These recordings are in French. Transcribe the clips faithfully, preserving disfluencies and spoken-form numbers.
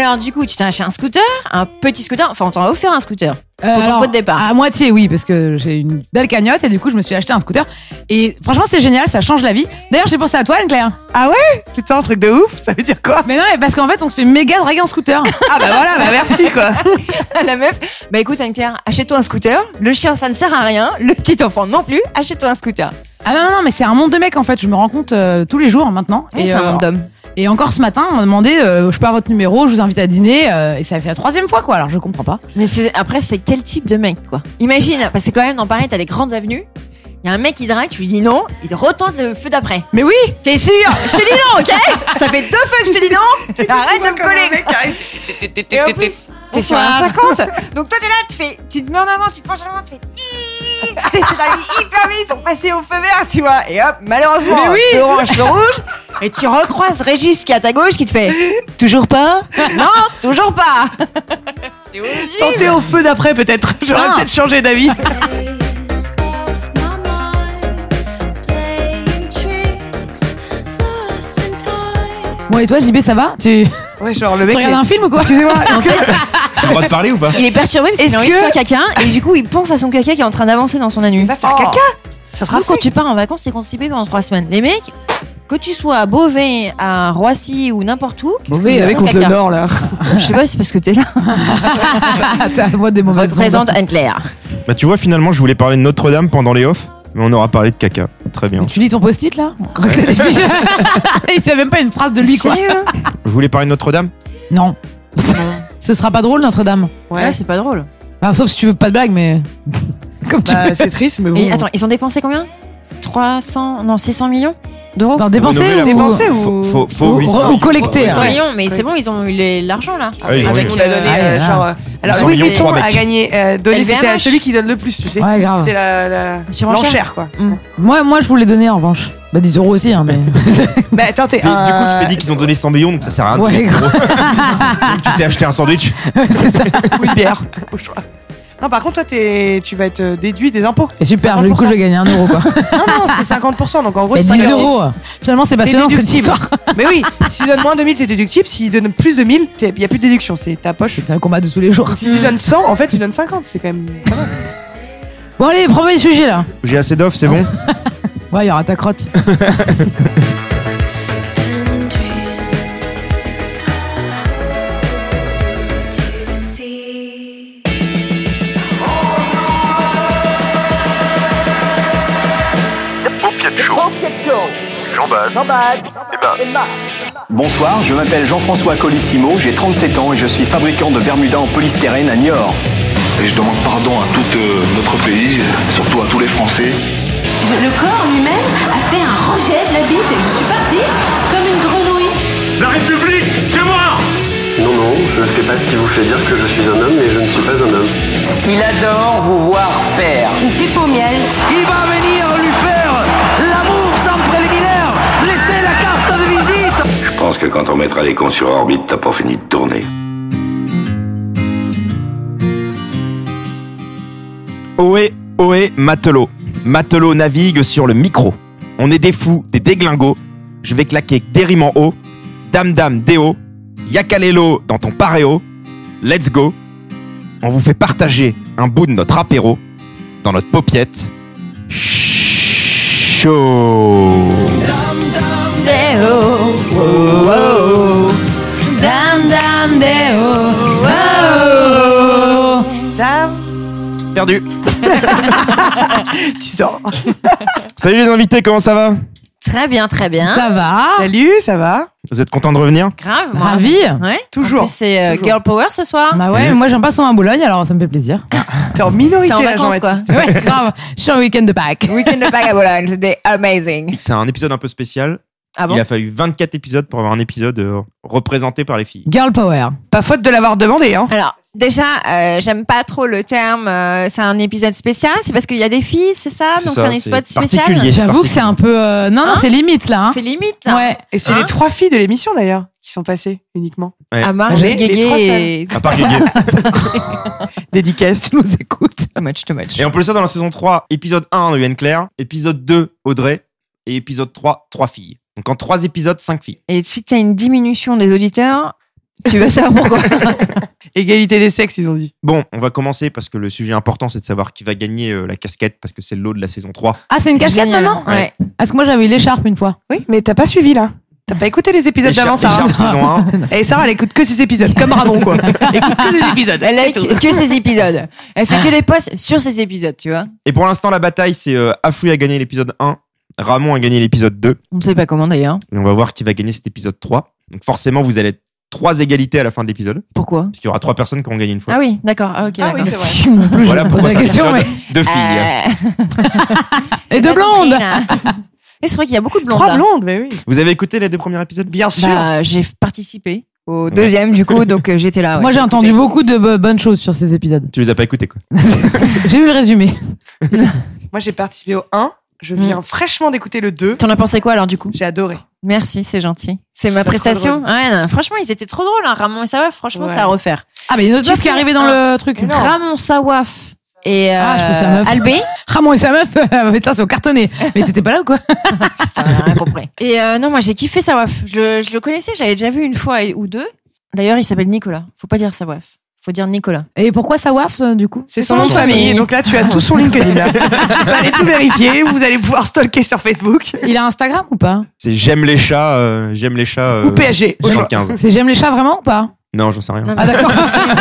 alors, du coup, tu t'es acheté un scooter, un petit scooter. Enfin, on t'en a offert un scooter pour Euh, ton alors, pot de départ. À moitié, oui, parce que j'ai une belle cagnotte et du coup, je me suis acheté un scooter. Et franchement, c'est génial, ça change la vie. D'ailleurs, j'ai pensé à toi, Anne-Claire. Ah ouais? Putain, un truc de ouf. Ça veut dire quoi? Mais non, mais parce qu'en fait, on se fait méga draguer en scooter. Ah bah voilà, bah merci quoi. La meuf, bah écoute, Anne-Claire, achète-toi un scooter. Le chien, ça ne sert à rien. Le petit enfant non plus. Achète-toi un scooter. Ah non, non, non, mais c'est un monde de mecs en fait. Je me rends compte euh, tous les jours maintenant. Et c'est un euh, monde d'hommes. Et encore ce matin, on m'a demandé euh, je peux avoir votre numéro, je vous invite à dîner. euh, et ça fait la troisième fois quoi, alors je comprends pas. Mais c'est, après, c'est quel type de mec, quoi? Imagine, parce que quand même, dans Paris, t'as des grandes avenues. Il y a un mec qui drague, tu lui dis non, il retente le feu d'après. Mais oui! T'es sûr? Je te dis non, ok? Ça fait deux fois que je te dis non. Arrête de me coller. Et en plus, t'es sur un cinquante. Donc toi, t'es là, tu fais, tu te mets en avant, tu te penches en avant, tu fais Iiii. C'est d'aller hyper vite pour passer au feu vert, tu vois. Et hop, malheureusement, Mais oui. feu orange, feu rouge. Et tu recroises Régis qui est à ta gauche qui te fait toujours pas? Non, toujours pas. C'est horrible. Tenter au feu d'après peut-être. J'aurais Ah. peut-être changé d'avis. Bon, et toi, J B, ça va? Tu, Ouais, genre le tu mec. regardes est- un film ou quoi? Excusez-moi. En fait, T'as le droit de parler ou pas? il est perturbé parce qu'il Est-ce a envie de que- faire caca et du coup il pense à son caca qui est en train d'avancer dans son anus. Il va faire Oh. caca. Ça sera Nous, quand fait. tu pars en vacances, t'es constipé pendant trois semaines. Les mecs, que tu sois à Beauvais, à Roissy ou n'importe où, Vous Oui, avez font contre le caca. nord là. je sais pas, c'est parce que t'es là. T'as le mode des mauvaises Représente Anne-Claire. Bah tu vois, finalement, je voulais parler de Notre-Dame pendant les off, mais on aura parlé de caca. Très bien. ondes. Tu lis ton post-it là? On croit que t'as des fiches. Il sait même pas une phrase de lui quoi. Sérieux, hein? Vous voulez parler de Notre-Dame? Non. Ce sera pas drôle, Notre-Dame. Ouais. Ouais, c'est pas drôle. Enfin, sauf si tu veux pas de blague, mais. Comme tu Bah veux. c'est triste, mais bon. Et attends, ils ont dépensé combien? trois cents, non, six cents millions d'euros? Enfin, dépenser Rénover la- ou. Dépenser Faut, ou. faut, faut, ou- oui, ou- ça. ou collecter. cent ouais. millions, mais c'est bon, ils ont eu les- l'argent là. Ah, ils ont Avec, eu. On a donné Ah, euh, ouais, genre. ouais. euh, Alors cent Louis millions, Vuitton trois mecs. a gagné. euh, donné, L V M H. c'était à celui qui donne le plus, tu sais. Ouais, grave. C'est la, la Surenchère. l'enchère quoi. Moi, moi, je voulais donner en revanche. Bah, dix euros aussi, hein, mais. Bah attends, t'es Mais un. du coup, tu t'es dit qu'ils ont donné cent millions, donc ça sert à rien de Ouais, donner trop. Donc tu t'es acheté un sandwich. C'est ça. Ou une bière au choix. Non, par contre, toi, t'es, tu vas être euh, déduit des impôts. Et super, cinquante du pour coup, cent. je vais gagner un euro, quoi. Non, non, c'est cinquante pour cent. Donc en gros, Mais c'est dix cinq euros. Finalement, c'est passionnant cette déductible. histoire. Mais oui, si tu donnes moins de mille, t'es déductible. S'il donne plus de mille, il n'y a plus de déduction. C'est ta poche. C'est un combat de tous les jours. Si tu donnes cent, en fait, tu donnes cinquante. C'est quand même pas mal. Bon, allez, premier sujet là. J'ai assez d'off, c'est bon? Ouais, il y aura ta crotte. Bonsoir, je m'appelle Jean-François Colissimo, j'ai trente-sept ans et je suis fabricant de Bermuda en polystyrène à Niort. Et je demande pardon à tout euh, notre pays, surtout à tous les Français. Le corps lui-même a fait un rejet de la bite et je suis partie comme une grenouille. La République, c'est moi! Non, non, je sais pas ce qui vous fait dire que je suis un homme, mais je ne suis pas un homme. Il adore vous voir faire. Une pipe au miel. Il va venir lui faire l'amour sans préliminaire. Laissez la carte de visite. Je pense que quand on mettra les cons sur orbite, t'as pas fini de tourner. Ohé, ohé, matelot. Matelot navigue sur le micro. On est des fous, des déglingots. Je vais claquer des rimes en haut. Dame, dame, déo. Yakalelo dans ton paréo. Let's go. On vous fait partager un bout de notre apéro dans notre paupiette. Chaud. Deo, oh, oh. Dam, dam, deo, oh, oh. Dame, Perdu. tu sors. Salut les invités, comment ça va? Très bien, très bien. Ça va. Salut, ça va? Vous êtes contents de revenir? Grave, moi. Ravi. Ouais. Toujours. En plus, c'est euh, Toujours. Girl Power ce soir. Bah ouais, Mhm. moi j'aime pas son à Boulogne, alors ça me fait plaisir. T'es en minorité T'es en là, vacances, quoi. Jean-Baptiste. Ouais, grave. Je suis en week-end de Pâques. Week-end de Pâques à Bologne, c'était amazing. C'est un épisode un peu spécial. Ah bon? Il a fallu vingt-quatre épisodes pour avoir un épisode euh, représenté par les filles. Girl power. Pas faute de l'avoir demandé, hein. Alors, déjà, euh, j'aime pas trop le terme. euh, c'est un épisode spécial. C'est parce qu'il y a des filles, c'est ça? C'est Donc ça, c'est un épisode c'est spécial. particulier. J'avoue que c'est un peu. euh, Non, non, Hein c'est limite là. Hein. C'est limite. hein. Ouais. Et c'est Hein les trois filles de l'émission d'ailleurs qui sont passées uniquement. Ouais. À Marge, Les- les trois Guégué et... À part Guégué. Dédicace. Tu nous écoutes. Too much, too much. Et on peut le savoir dans la saison trois, épisode un, on a eu Anne-Claire, épisode deux, Audrey, et épisode trois, trois filles. Donc en trois épisodes, cinq filles. Et si t'as une diminution des auditeurs, Tu veux savoir pourquoi? Égalité des sexes, ils ont dit. Bon, on va commencer parce que le sujet important, c'est de savoir qui va gagner euh, la casquette parce que c'est le lot de la saison trois. Ah, c'est une casquette Génial. maintenant? Ouais. Parce que moi, j'avais eu l'écharpe une fois. Oui, mais t'as pas suivi là. T'as pas écouté les épisodes d'avant, Sarah. Écharpe saison un. Et Sarah, elle écoute que ces épisodes, comme Ramon, quoi. Elle écoute que ces épisodes. Elle a c'est tout. que, que ces épisodes. Elle fait que des posts sur ces épisodes, tu vois. Et pour l'instant, la bataille, c'est euh, Afoui a gagné l'épisode un, Ramon a gagné l'épisode deux. On ne sait pas comment d'ailleurs. Et on va voir qui va gagner cet épisode trois. Donc forcément, vous allez être trois égalités à la fin de l'épisode. Pourquoi? Parce qu'il y aura trois personnes qui auront gagné une fois. Ah oui, d'accord. Ah, ok, Ah oui, d'accord. c'est vrai. Non plus, Voilà je me pourquoi pose la ça question, mais. fonctionne. Deux filles. Euh, Et deux pas blondes! compris, là. Et c'est vrai qu'il y a beaucoup de blondes. Trois là. blondes, mais oui. Vous avez écouté les deux premiers épisodes? Bien sûr. Bah, j'ai participé au deuxième du coup, donc euh, j'étais là. ouais. Moi, j'ai entendu Écoutez. beaucoup de bo- bonnes choses sur ces épisodes. Tu les as pas écoutés, quoi. J'ai lu le résumé. Moi, j'ai participé au un. Je viens fraîchement d'écouter le deux. T'en as pensé quoi alors du coup? J'ai adoré. Merci, c'est gentil. C'est ma C'est trop prestation. drôle. Ouais, non, franchement, ils étaient trop drôles, hein. Ramon et Sawaf. Franchement, Ouais. c'est à refaire. Ah, mais il y a une autre Tu meuf qui est fais arrivée dans un- le truc. Mais non. Ramon, Sawaf et euh, Ah, je pensais à meuf. Albé. Ramon et sa meuf, euh, putain, c'est au cartonné. Mais t'étais pas là ou quoi? Putain, j'ai rien compris. Et euh, non, moi j'ai kiffé Sawaf. Je le, je le connaissais, j'avais déjà vu une fois et- ou deux. D'ailleurs, il s'appelle Nicolas. Faut pas dire Sawaf. Faut dire Nicolas. Et pourquoi ça waf, euh, du coup? C'est son nom de famille. Donc là, tu as tout son LinkedIn. Là. Vous allez tout vérifier. Vous allez pouvoir stalker sur Facebook. Il a Instagram ou pas? C'est J'aime les chats, euh, J'aime les chats. euh, Ou P S G. soixante-quinze. C'est J'aime les chats vraiment ou pas? Non, j'en sais rien. Non, Ah, d'accord.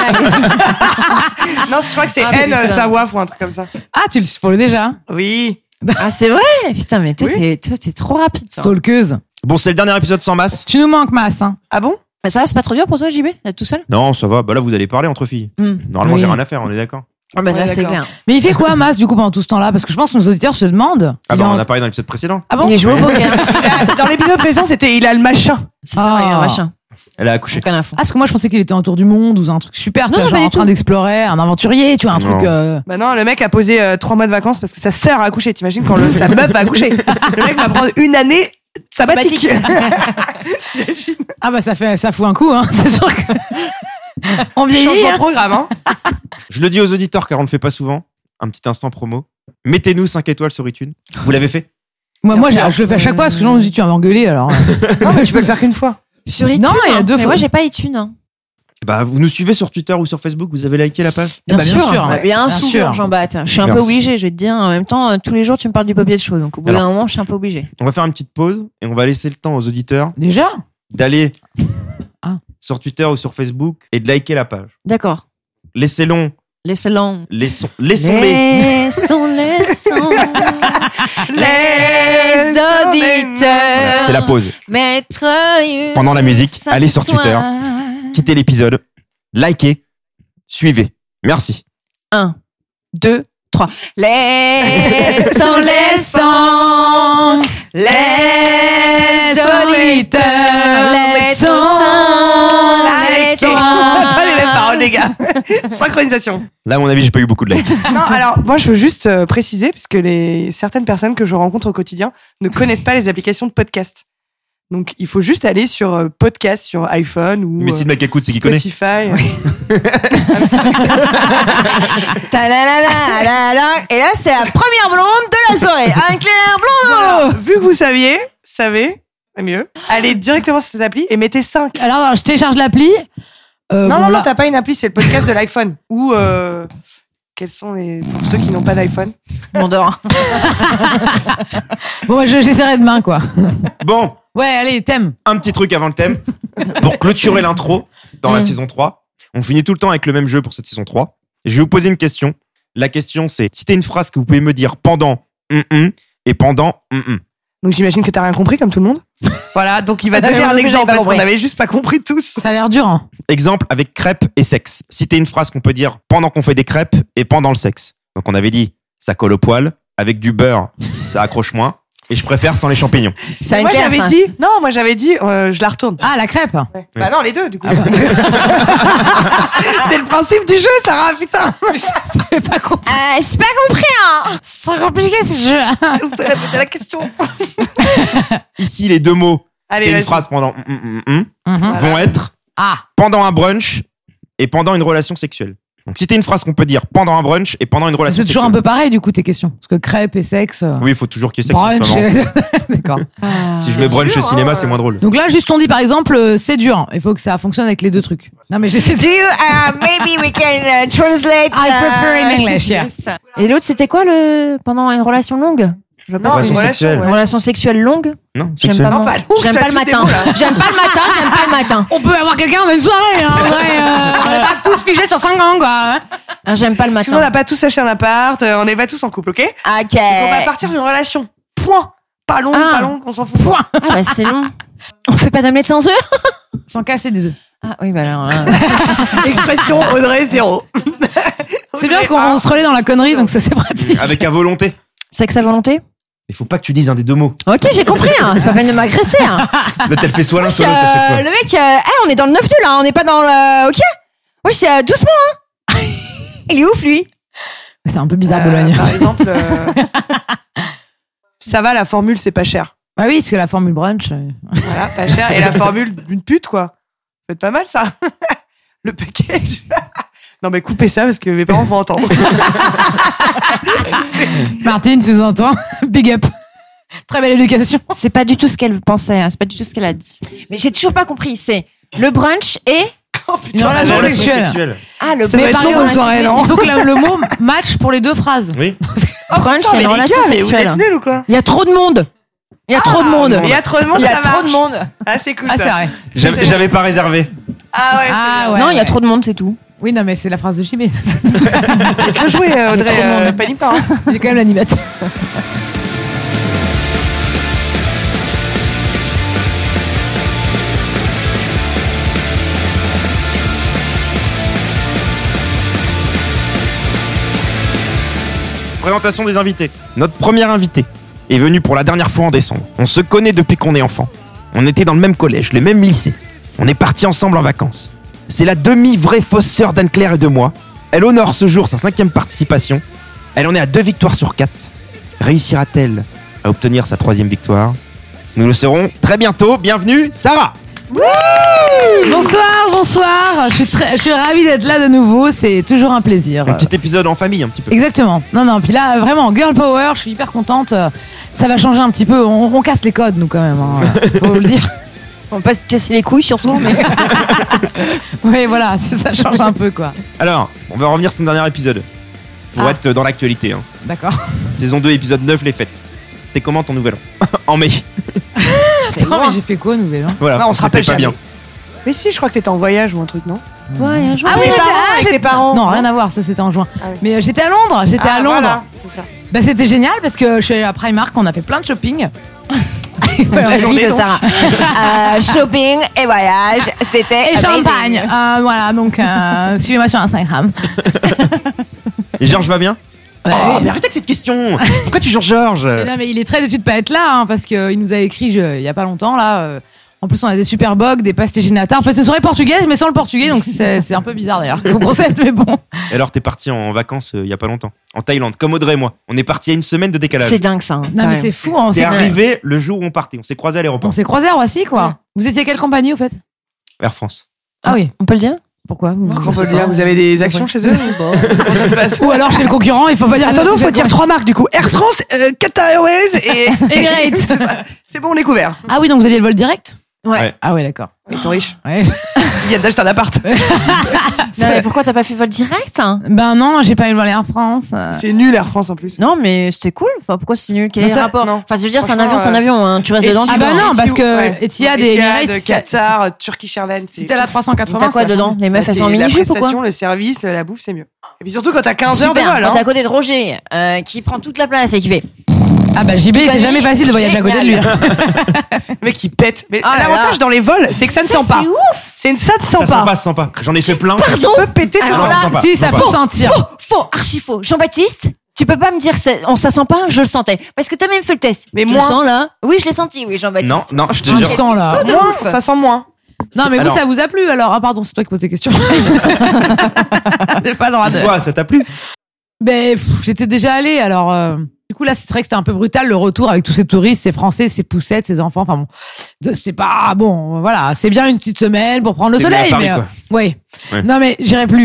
Non, je crois que c'est Ah, N putain. Sawaf ou un truc comme ça. Ah, tu le follow déjà? Oui. Ah, c'est vrai? Putain, mais toi, Oui. t'es, toi, t'es trop rapide. toi. Stalkeuse. Bon, c'est le dernier épisode sans masse. Tu nous manques, masse, hein. Ah bon? Bah, ça va, c'est pas trop dur pour toi, J B, d'être tout seul? Non, ça va. Bah là, vous allez parler entre filles. Hmm. Normalement, Oui. j'ai rien à faire, on est d'accord. Ah, bah Ouais, là, c'est d'accord. clair. Mais il fait quoi, Mas, du coup, pendant tout ce temps-là? Parce que je pense que nos auditeurs se demandent. Ah Il bah, est en- on a parlé dans l'épisode précédent. Ah bon? Il est joué au poker. Dans l'épisode précédent, c'était il a le machin. C'est ça, il y a un Ah. machin. Elle a accouché. Aucun info. Ah, parce que moi, je pensais qu'il était en tour du monde ou un truc super, tu Non, vois, non, genre pas en du train tout. d'explorer, un aventurier, tu vois, un Non. truc. euh, Bah non, le mec a posé euh, trois mois de vacances parce que sa sœur a accouché. T'imagines quand le, sa meuf va accoucher? Le mec va prendre une année sabbatique. T'imagines? Ah, bah, ça fait, ça fout un coup, hein. C'est sûr que. On vieillit, Changement de hein. programme, hein. Je le dis aux auditeurs car on le fait pas souvent. Un petit instant promo. Mettez-nous cinq étoiles sur iTunes. Vous l'avez fait? Moi, moi, sûr. j'ai- je le fais à chaque fois parce que les gens me disent, tu vas m'engueuler, alors. Non, mais tu peux le faire qu'une fois. Sur iTunes. Non, il y a hein. deux Mais fois. moi, j'ai pas iTunes. hein. Bah, vous nous suivez sur Twitter ou sur Facebook. Vous avez liké la page? Bien Bien sûr, sûr. ouais. Bah, bien, Bien souvent, sûr. Jean-Baptiste. Je suis un Merci. peu obligée, je vais te dire. En même temps, euh, tous les jours, tu me parles du papier de chaud. Donc, au bout Alors. d'un moment, je suis un peu obligée. On va faire une petite pause et on va laisser le temps aux auditeurs Déjà? d'aller Ah. sur Twitter ou sur Facebook et de liker la page. D'accord. Laissez-le. Laissez-le. Laissons, laissons-les. Laissons, laissons. Les auditeurs. C'est la pause. Mettre Pendant la musique, allez sur Twitter. Quittez l'épisode. Likez. Suivez. Merci. Un, deux, trois. Laissons, laissons. Les auditeurs. Laissons, Arrêtez. On n'a pas les mêmes paroles, les gars. Synchronisation. Là, à mon avis, j'ai pas eu beaucoup de likes. Non, alors moi je veux juste euh, préciser parce que les certaines personnes que je rencontre au quotidien ne connaissent pas les applications de podcast. Donc il faut juste aller sur euh, podcast sur iPhone ou Mais si euh, le mec écoute, c'est qu'il connaît. Spotify. Ta-la-la-la-la-la. Et là, c'est la première blonde de la soirée. Un clair blond. Voilà. Vu que vous saviez, savez, c'est mieux. Allez directement sur cette appli et mettez cinq. Alors, alors, je télécharge l'appli. Euh, non, bon, non, là- non, t'as pas une appli, c'est le podcast de l'iPhone. Ou euh, quels sont les pour ceux qui n'ont pas d'iPhone. On dort. Bon, je- j'essaierai demain, quoi. Bon, Ouais, allez, thème. un petit truc avant le thème. Pour clôturer l'intro dans la Mm. saison trois. On finit tout le temps avec le même jeu pour cette saison trois. Je vais vous poser une question. La question, c'est citez une phrase que vous pouvez me dire pendant hum hum et pendant hum hum. Donc j'imagine que t'as rien compris comme tout le monde. Voilà, donc il va donner Moi un non plus, exemple j'avais pas parce qu'on compris. avait juste pas compris tous. Ça a l'air dur, hein. Exemple avec crêpes et sexe. Citez une phrase qu'on peut dire pendant qu'on fait des crêpes et pendant le sexe. Donc on avait dit ça colle au poil, avec du beurre, ça accroche moins, et je préfère sans les champignons. C'est un Moi clair, j'avais ça. dit non, moi j'avais dit euh, je la retourne. Ah, la crêpe. Ouais. Bah non, les deux du coup. Ah bah. C'est le principe du jeu, Sarah, putain. J'ai pas compris. Euh, j'ai pas compris, hein. C'est compliqué, ce jeu. Vous pouvez répéter la question. Ici, les deux mots, Allez, citez une vas-y. phrase pendant hum hum hum Mhm. vont être Ah. pendant un brunch et pendant une relation sexuelle. Donc citer une phrase qu'on peut dire pendant un brunch et pendant une relation C'est toujours sexuelle. un peu pareil, du coup, tes questions. Parce que crêpes et sexe. euh, Oui, il faut toujours qu'il y ait sexe. brunch. en ce moment. et- D'accord. Si je mets brunch au cinéma, c'est moins drôle. Donc là, juste on dit par exemple, euh, c'est dur. Il faut que ça fonctionne avec les deux trucs. Non, mais j'essaie de. Do you, uh, maybe we can uh, translate. I prefer in English, yeah. yes. Et l'autre, c'était quoi le pendant une relation longue? Je Non, Relation une relation. sexuelle. Une ouais. relation sexuelle longue? Non, J'aime sexuel. pas, Non, mon- pas longue, j'aime ça pas le tue des matin. mots, là. J'aime pas le matin, j'aime pas le matin. On peut avoir quelqu'un dans une soirée, hein. En vrai, euh, on est pas tous figés sur cinq ans, quoi. Ah, j'aime pas le Sinon, on matin. n'a pas tous acheté un appart, euh, on n'est pas tous en couple, ok? Ok. Donc on va partir d'une relation. Point. Pas long, Ah. pas long, on s'en fout. Point. Ah bah c'est long. On fait pas d'omelette sans œufs? Sans casser des œufs. Ah oui, bah alors là. Expression Audrey zéro. C'est bien Audrey, qu'on un. on se relaie dans la connerie, donc ça c'est pratique. Avec à volonté. Sexe à volonté? Il faut pas que tu dises un des deux mots. Ok, j'ai compris, hein. C'est pas peine de m'agresser, hein. Là, t'as fait soit l'un, Wesh, soit l'autre à chaque euh, fois. le mec, euh, hey, on est dans le neuf deux là, on n'est pas dans le. Ok? Wesh, euh, doucement, hein. Il est ouf, lui. C'est un peu bizarre, Euh, Bologne. Par exemple, euh, ça va, la formule, c'est pas cher. Bah oui, parce que la formule brunch. euh, Voilà, pas cher. Et la formule d'une pute, quoi. Faites pas mal, ça. Le package. Non, mais coupez ça parce que mes parents vont entendre. Martine, sous-entend. Big up. Très belle éducation. C'est pas du tout ce qu'elle pensait, hein. C'est pas du tout ce qu'elle a dit. Mais j'ai toujours pas compris. C'est le brunch et. Oh, Une putain. relation Relation sexuelle. sexuelle. Ah, le Ça va être par long, exemple, vos soirées, non? Il faut que le, le mot match pour les deux phrases. Oui. brunch Putain, et mais une les relation gars, mais vous sexuelle. êtes nuls ou quoi? Il y a trop de monde. Il y a trop de monde. Il y a trop de monde, Il y a ça trop marche. de monde. Ah, c'est cool, Ah, ça. c'est vrai. J'avais j'avais pas réservé. Ah ouais, c'est Ah bien. ouais. non, il y a ouais. trop de monde, c'est tout. Oui, non, mais c'est la phrase de Chimé. Laisse-le jouer, euh, Audrey. trop de monde. Euh, panique pas. Hein. Il est quand même l'animateur. Présentation des invités. Notre premier invité est venu pour la dernière fois en décembre. On se connaît depuis qu'on est enfant. On était dans le même collège, le même lycée. On est partis ensemble en vacances. C'est la demi-vraie fausse sœur d'Anne-Claire et de moi. Elle honore ce jour sa cinquième participation. Elle en est à deux victoires sur quatre. Réussira-t-elle à obtenir sa troisième victoire? Nous le saurons très bientôt. Bienvenue, Sarah. Bonsoir, bonsoir. Je suis, très, je suis ravie d'être là de nouveau. C'est toujours un plaisir. Un petit épisode en famille, un petit peu. Exactement. Non, non. Puis là, vraiment, girl power. Je suis hyper contente. Ça va changer un petit peu. On, on casse les codes, nous, quand même. Hein. Faut le dire. On va pas se casser les couilles surtout, mais. Oui, voilà. Ça change un peu, quoi. Alors, on va revenir sur son dernier épisode. Pour Ah. être dans l'actualité. Hein. D'accord. Saison deux, épisode neuf, les fêtes. C'était comment ton nouvel an? En mai. Attends, mais j'ai fait quoi, nouvel an? Voilà, Ouais, on se c'était rappelle pas jamais. bien. Mais si, je crois que t'étais en voyage ou un truc, non? Ouais, un jour. Ah Avec oui, tes ah, parents, avec j'ai- tes parents. Non, rien à voir. Ça, c'était en juin. Ah oui. Mais euh, j'étais à Londres. J'étais Ah, à Londres. voilà, c'est ça. Bah, c'était génial parce que je suis allée à Primark. On a fait plein de shopping. Ouais, La on- vie journée, de donc. Sarah. Euh, shopping et voyage, c'était Et amazing. champagne. Euh, voilà, donc euh, suivez-moi sur Instagram. Et Georges va bien? Ouais. Oh, mais arrête avec cette question. Pourquoi tu joues Georges? Et là, mais il est très déçu de pas être là, hein, parce qu'il nous a écrit je- il y a pas longtemps là. euh, en plus, on a des super bugs, des pastéginata. En fait, c'est une soirée portugaise, mais sans le portugais, donc c'est c'est un peu bizarre d'ailleurs. Au concept, mais bon. Et alors, t'es parti en vacances euh, il y a pas longtemps, en Thaïlande, comme Audrey et moi. On est parti à une semaine de décalage. C'est dingue ça. hein, Non, quand mais même. c'est fou. On T'es s'est arrivé le jour où on partait. On s'est croisés à l'aéroport. on s'est croisés à Roissy, quoi. Ouais. Vous étiez quelle compagnie au fait? Air France. Ah oui. On peut le dire? Pourquoi? Vous- On peut le dire, vous avez des actions chez eux? Comment ça se passe? Ou alors chez le concurrent, il faut pas dire. Attendez, il vous faut êtes dire quoi. trois marques du coup. Air France, euh, Qatar Airways et. Et great. C'est ça. C'est bon, on est couvert. Ah oui, donc vous aviez le vol direct? Ouais. Ouais. Ah ouais, d'accord. Ils sont riches. Ouais. Ils viennent d'acheter un appart. Non, mais pourquoi t'as pas fait vol direct? hein Ben non, j'ai pas eu le vol Air France. euh. C'est nul Air France en plus. Non, mais c'était cool. Enfin, pourquoi c'est nul? Quel Bah, est le ça- rapport? non. Enfin, je veux dire, c'est un Franchement, avion, c'est un euh, avion. Hein. Tu restes dedans, tu Ah bah vas. non, Etihad, parce que ouais. Etihad et Etihad, Emirates, Qatar, Turkish Airlines. c'est- c'était à la trois cent quatre-vingts. T'as quoi ça. dedans? Les meufs, elles C'est sont en la mini-jupe ou quoi? prestation, le service, la bouffe, c'est mieux. Et puis surtout quand t'as quinze heures de Super. vol. Quand Hein. t'es à côté de Roger, euh, qui prend toute la place et qui fait. Ah bah J B, Toute la c'est jamais nuit, facile de voyager à côté de lui. génial. Le mec il pète. Mais Ah là l'avantage là. dans les vols, c'est que ça ne sent pas. C'est ouf! C'est une ça ne Ça sent sent pas. pas, ça sent pas. J'en ai fait plein. Pardon! Tu peux péter tout le Alors temps. là, ça sent pas, Si, ça ça sent faut pas. sentir. Faux, faux, archi faux. Jean-Baptiste, tu peux pas me dire c'est- on ça sent pas, je le sentais. Parce que t'as même fait le test. Mais tu moins. le sens là? Oui, je l'ai senti, oui, Jean-Baptiste. Non, non, je te On le jure. sent là. Moins, ça sent moins. Non mais Alors. vous ça vous a plu alors? Ah pardon, c'est toi qui poses des questions. J'ai pas le droit de. Toi, ça t'a plu? Ben pff, j'étais déjà allée alors. euh, Du coup, là, c'est vrai que c'était un peu brutal le retour avec tous ces touristes, ces Français, ces poussettes, ces enfants. Enfin bon, c'est pas bon. Voilà, c'est bien une petite semaine pour prendre le T'es venu à soleil, Paris, mais euh, quoi. ouais. Ouais. Non, mais j'irai plus.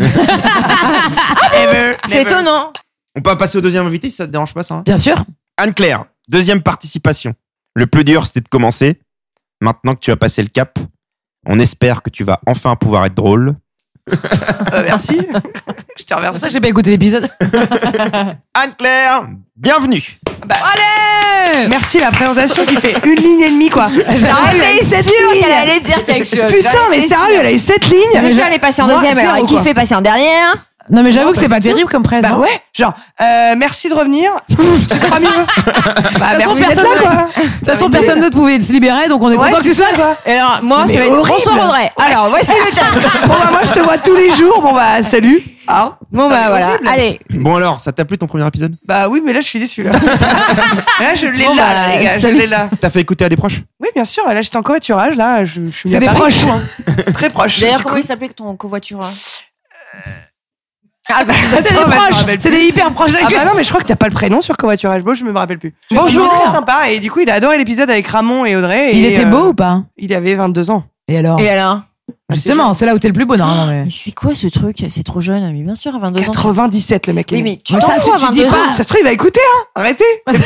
Never, C'est never. étonnant. On peut passer au deuxième invité si ça te dérange pas, ça hein Bien sûr. Anne-Claire, deuxième participation. Le plus dur, c'était de commencer. Maintenant que tu as passé le cap, on espère que tu vas enfin pouvoir être drôle. Euh, merci. Je te C'est pour remercie. ça que j'ai pas écouté l'épisode. Anne-Claire, bienvenue. Allez. Merci la présentation qui fait une ligne et demie quoi. Sérieux, elle a eu sept sûre qu'elle lignes. allait dire quelque chose. Putain J'en mais étais sérieux, sûre. elle a eu sept lignes. Déjà, elle est passée en Moi, deuxième, zéro, alors qui quoi. fait passer en dernière? Non, mais j'avoue Non, que c'est pas pas du tout. terrible comme presse. Bah non ouais, genre euh, merci de revenir. Tu feras mieux. Bah merci d'être personne- là quoi. De toute façon, personne d'autre pouvait se libérer, donc on est Ouais, content que tu c'est sois. ça, quoi. Et alors, moi, Mais ça va être horrible. bonsoir Audrey. Alors, voici le thème. Bon bah moi je te vois tous les jours. Bon bah salut. Ah. Bon, bah mais voilà. horrible. Allez. Bon alors, ça t'a plu ton premier épisode? Bah oui mais là je suis déçue là. Là je l'ai Bon, là, bah, là, les gars, je salut. l'ai là. T'as fait écouter à des proches? Oui bien sûr, là j'étais en covoiturage là, je, je suis C'est à des Paris, proches. du coup, hein. Très proche. D'ailleurs, du comment coup. il s'appelait ton covoitureur? Ah, bah, ça, c'est des Attends, bah, je me proches. rappelle C'est plus. des hyper proches. Ah bah non mais je crois que t'as pas le prénom sur covoiturage. Bon je me rappelle plus. Bonjour. Il était très sympa et du coup il a adoré l'épisode avec Ramon et Audrey. Il et, était euh, beau ou pas? Il avait vingt-deux ans. Et alors? Et alors? Justement, c'est là où t'es le plus beau, non, non, mais. Mais c'est quoi ce truc? C'est trop jeune. Mais bien sûr, à vingt-deux ans. tu- quatre-vingt-dix-sept le mec. est Oui, né. mais tu Mais t'en ça, fous tu- à tu dis vingt-deux pas- ans. Ça se trouve il va écouter hein. Arrêtez.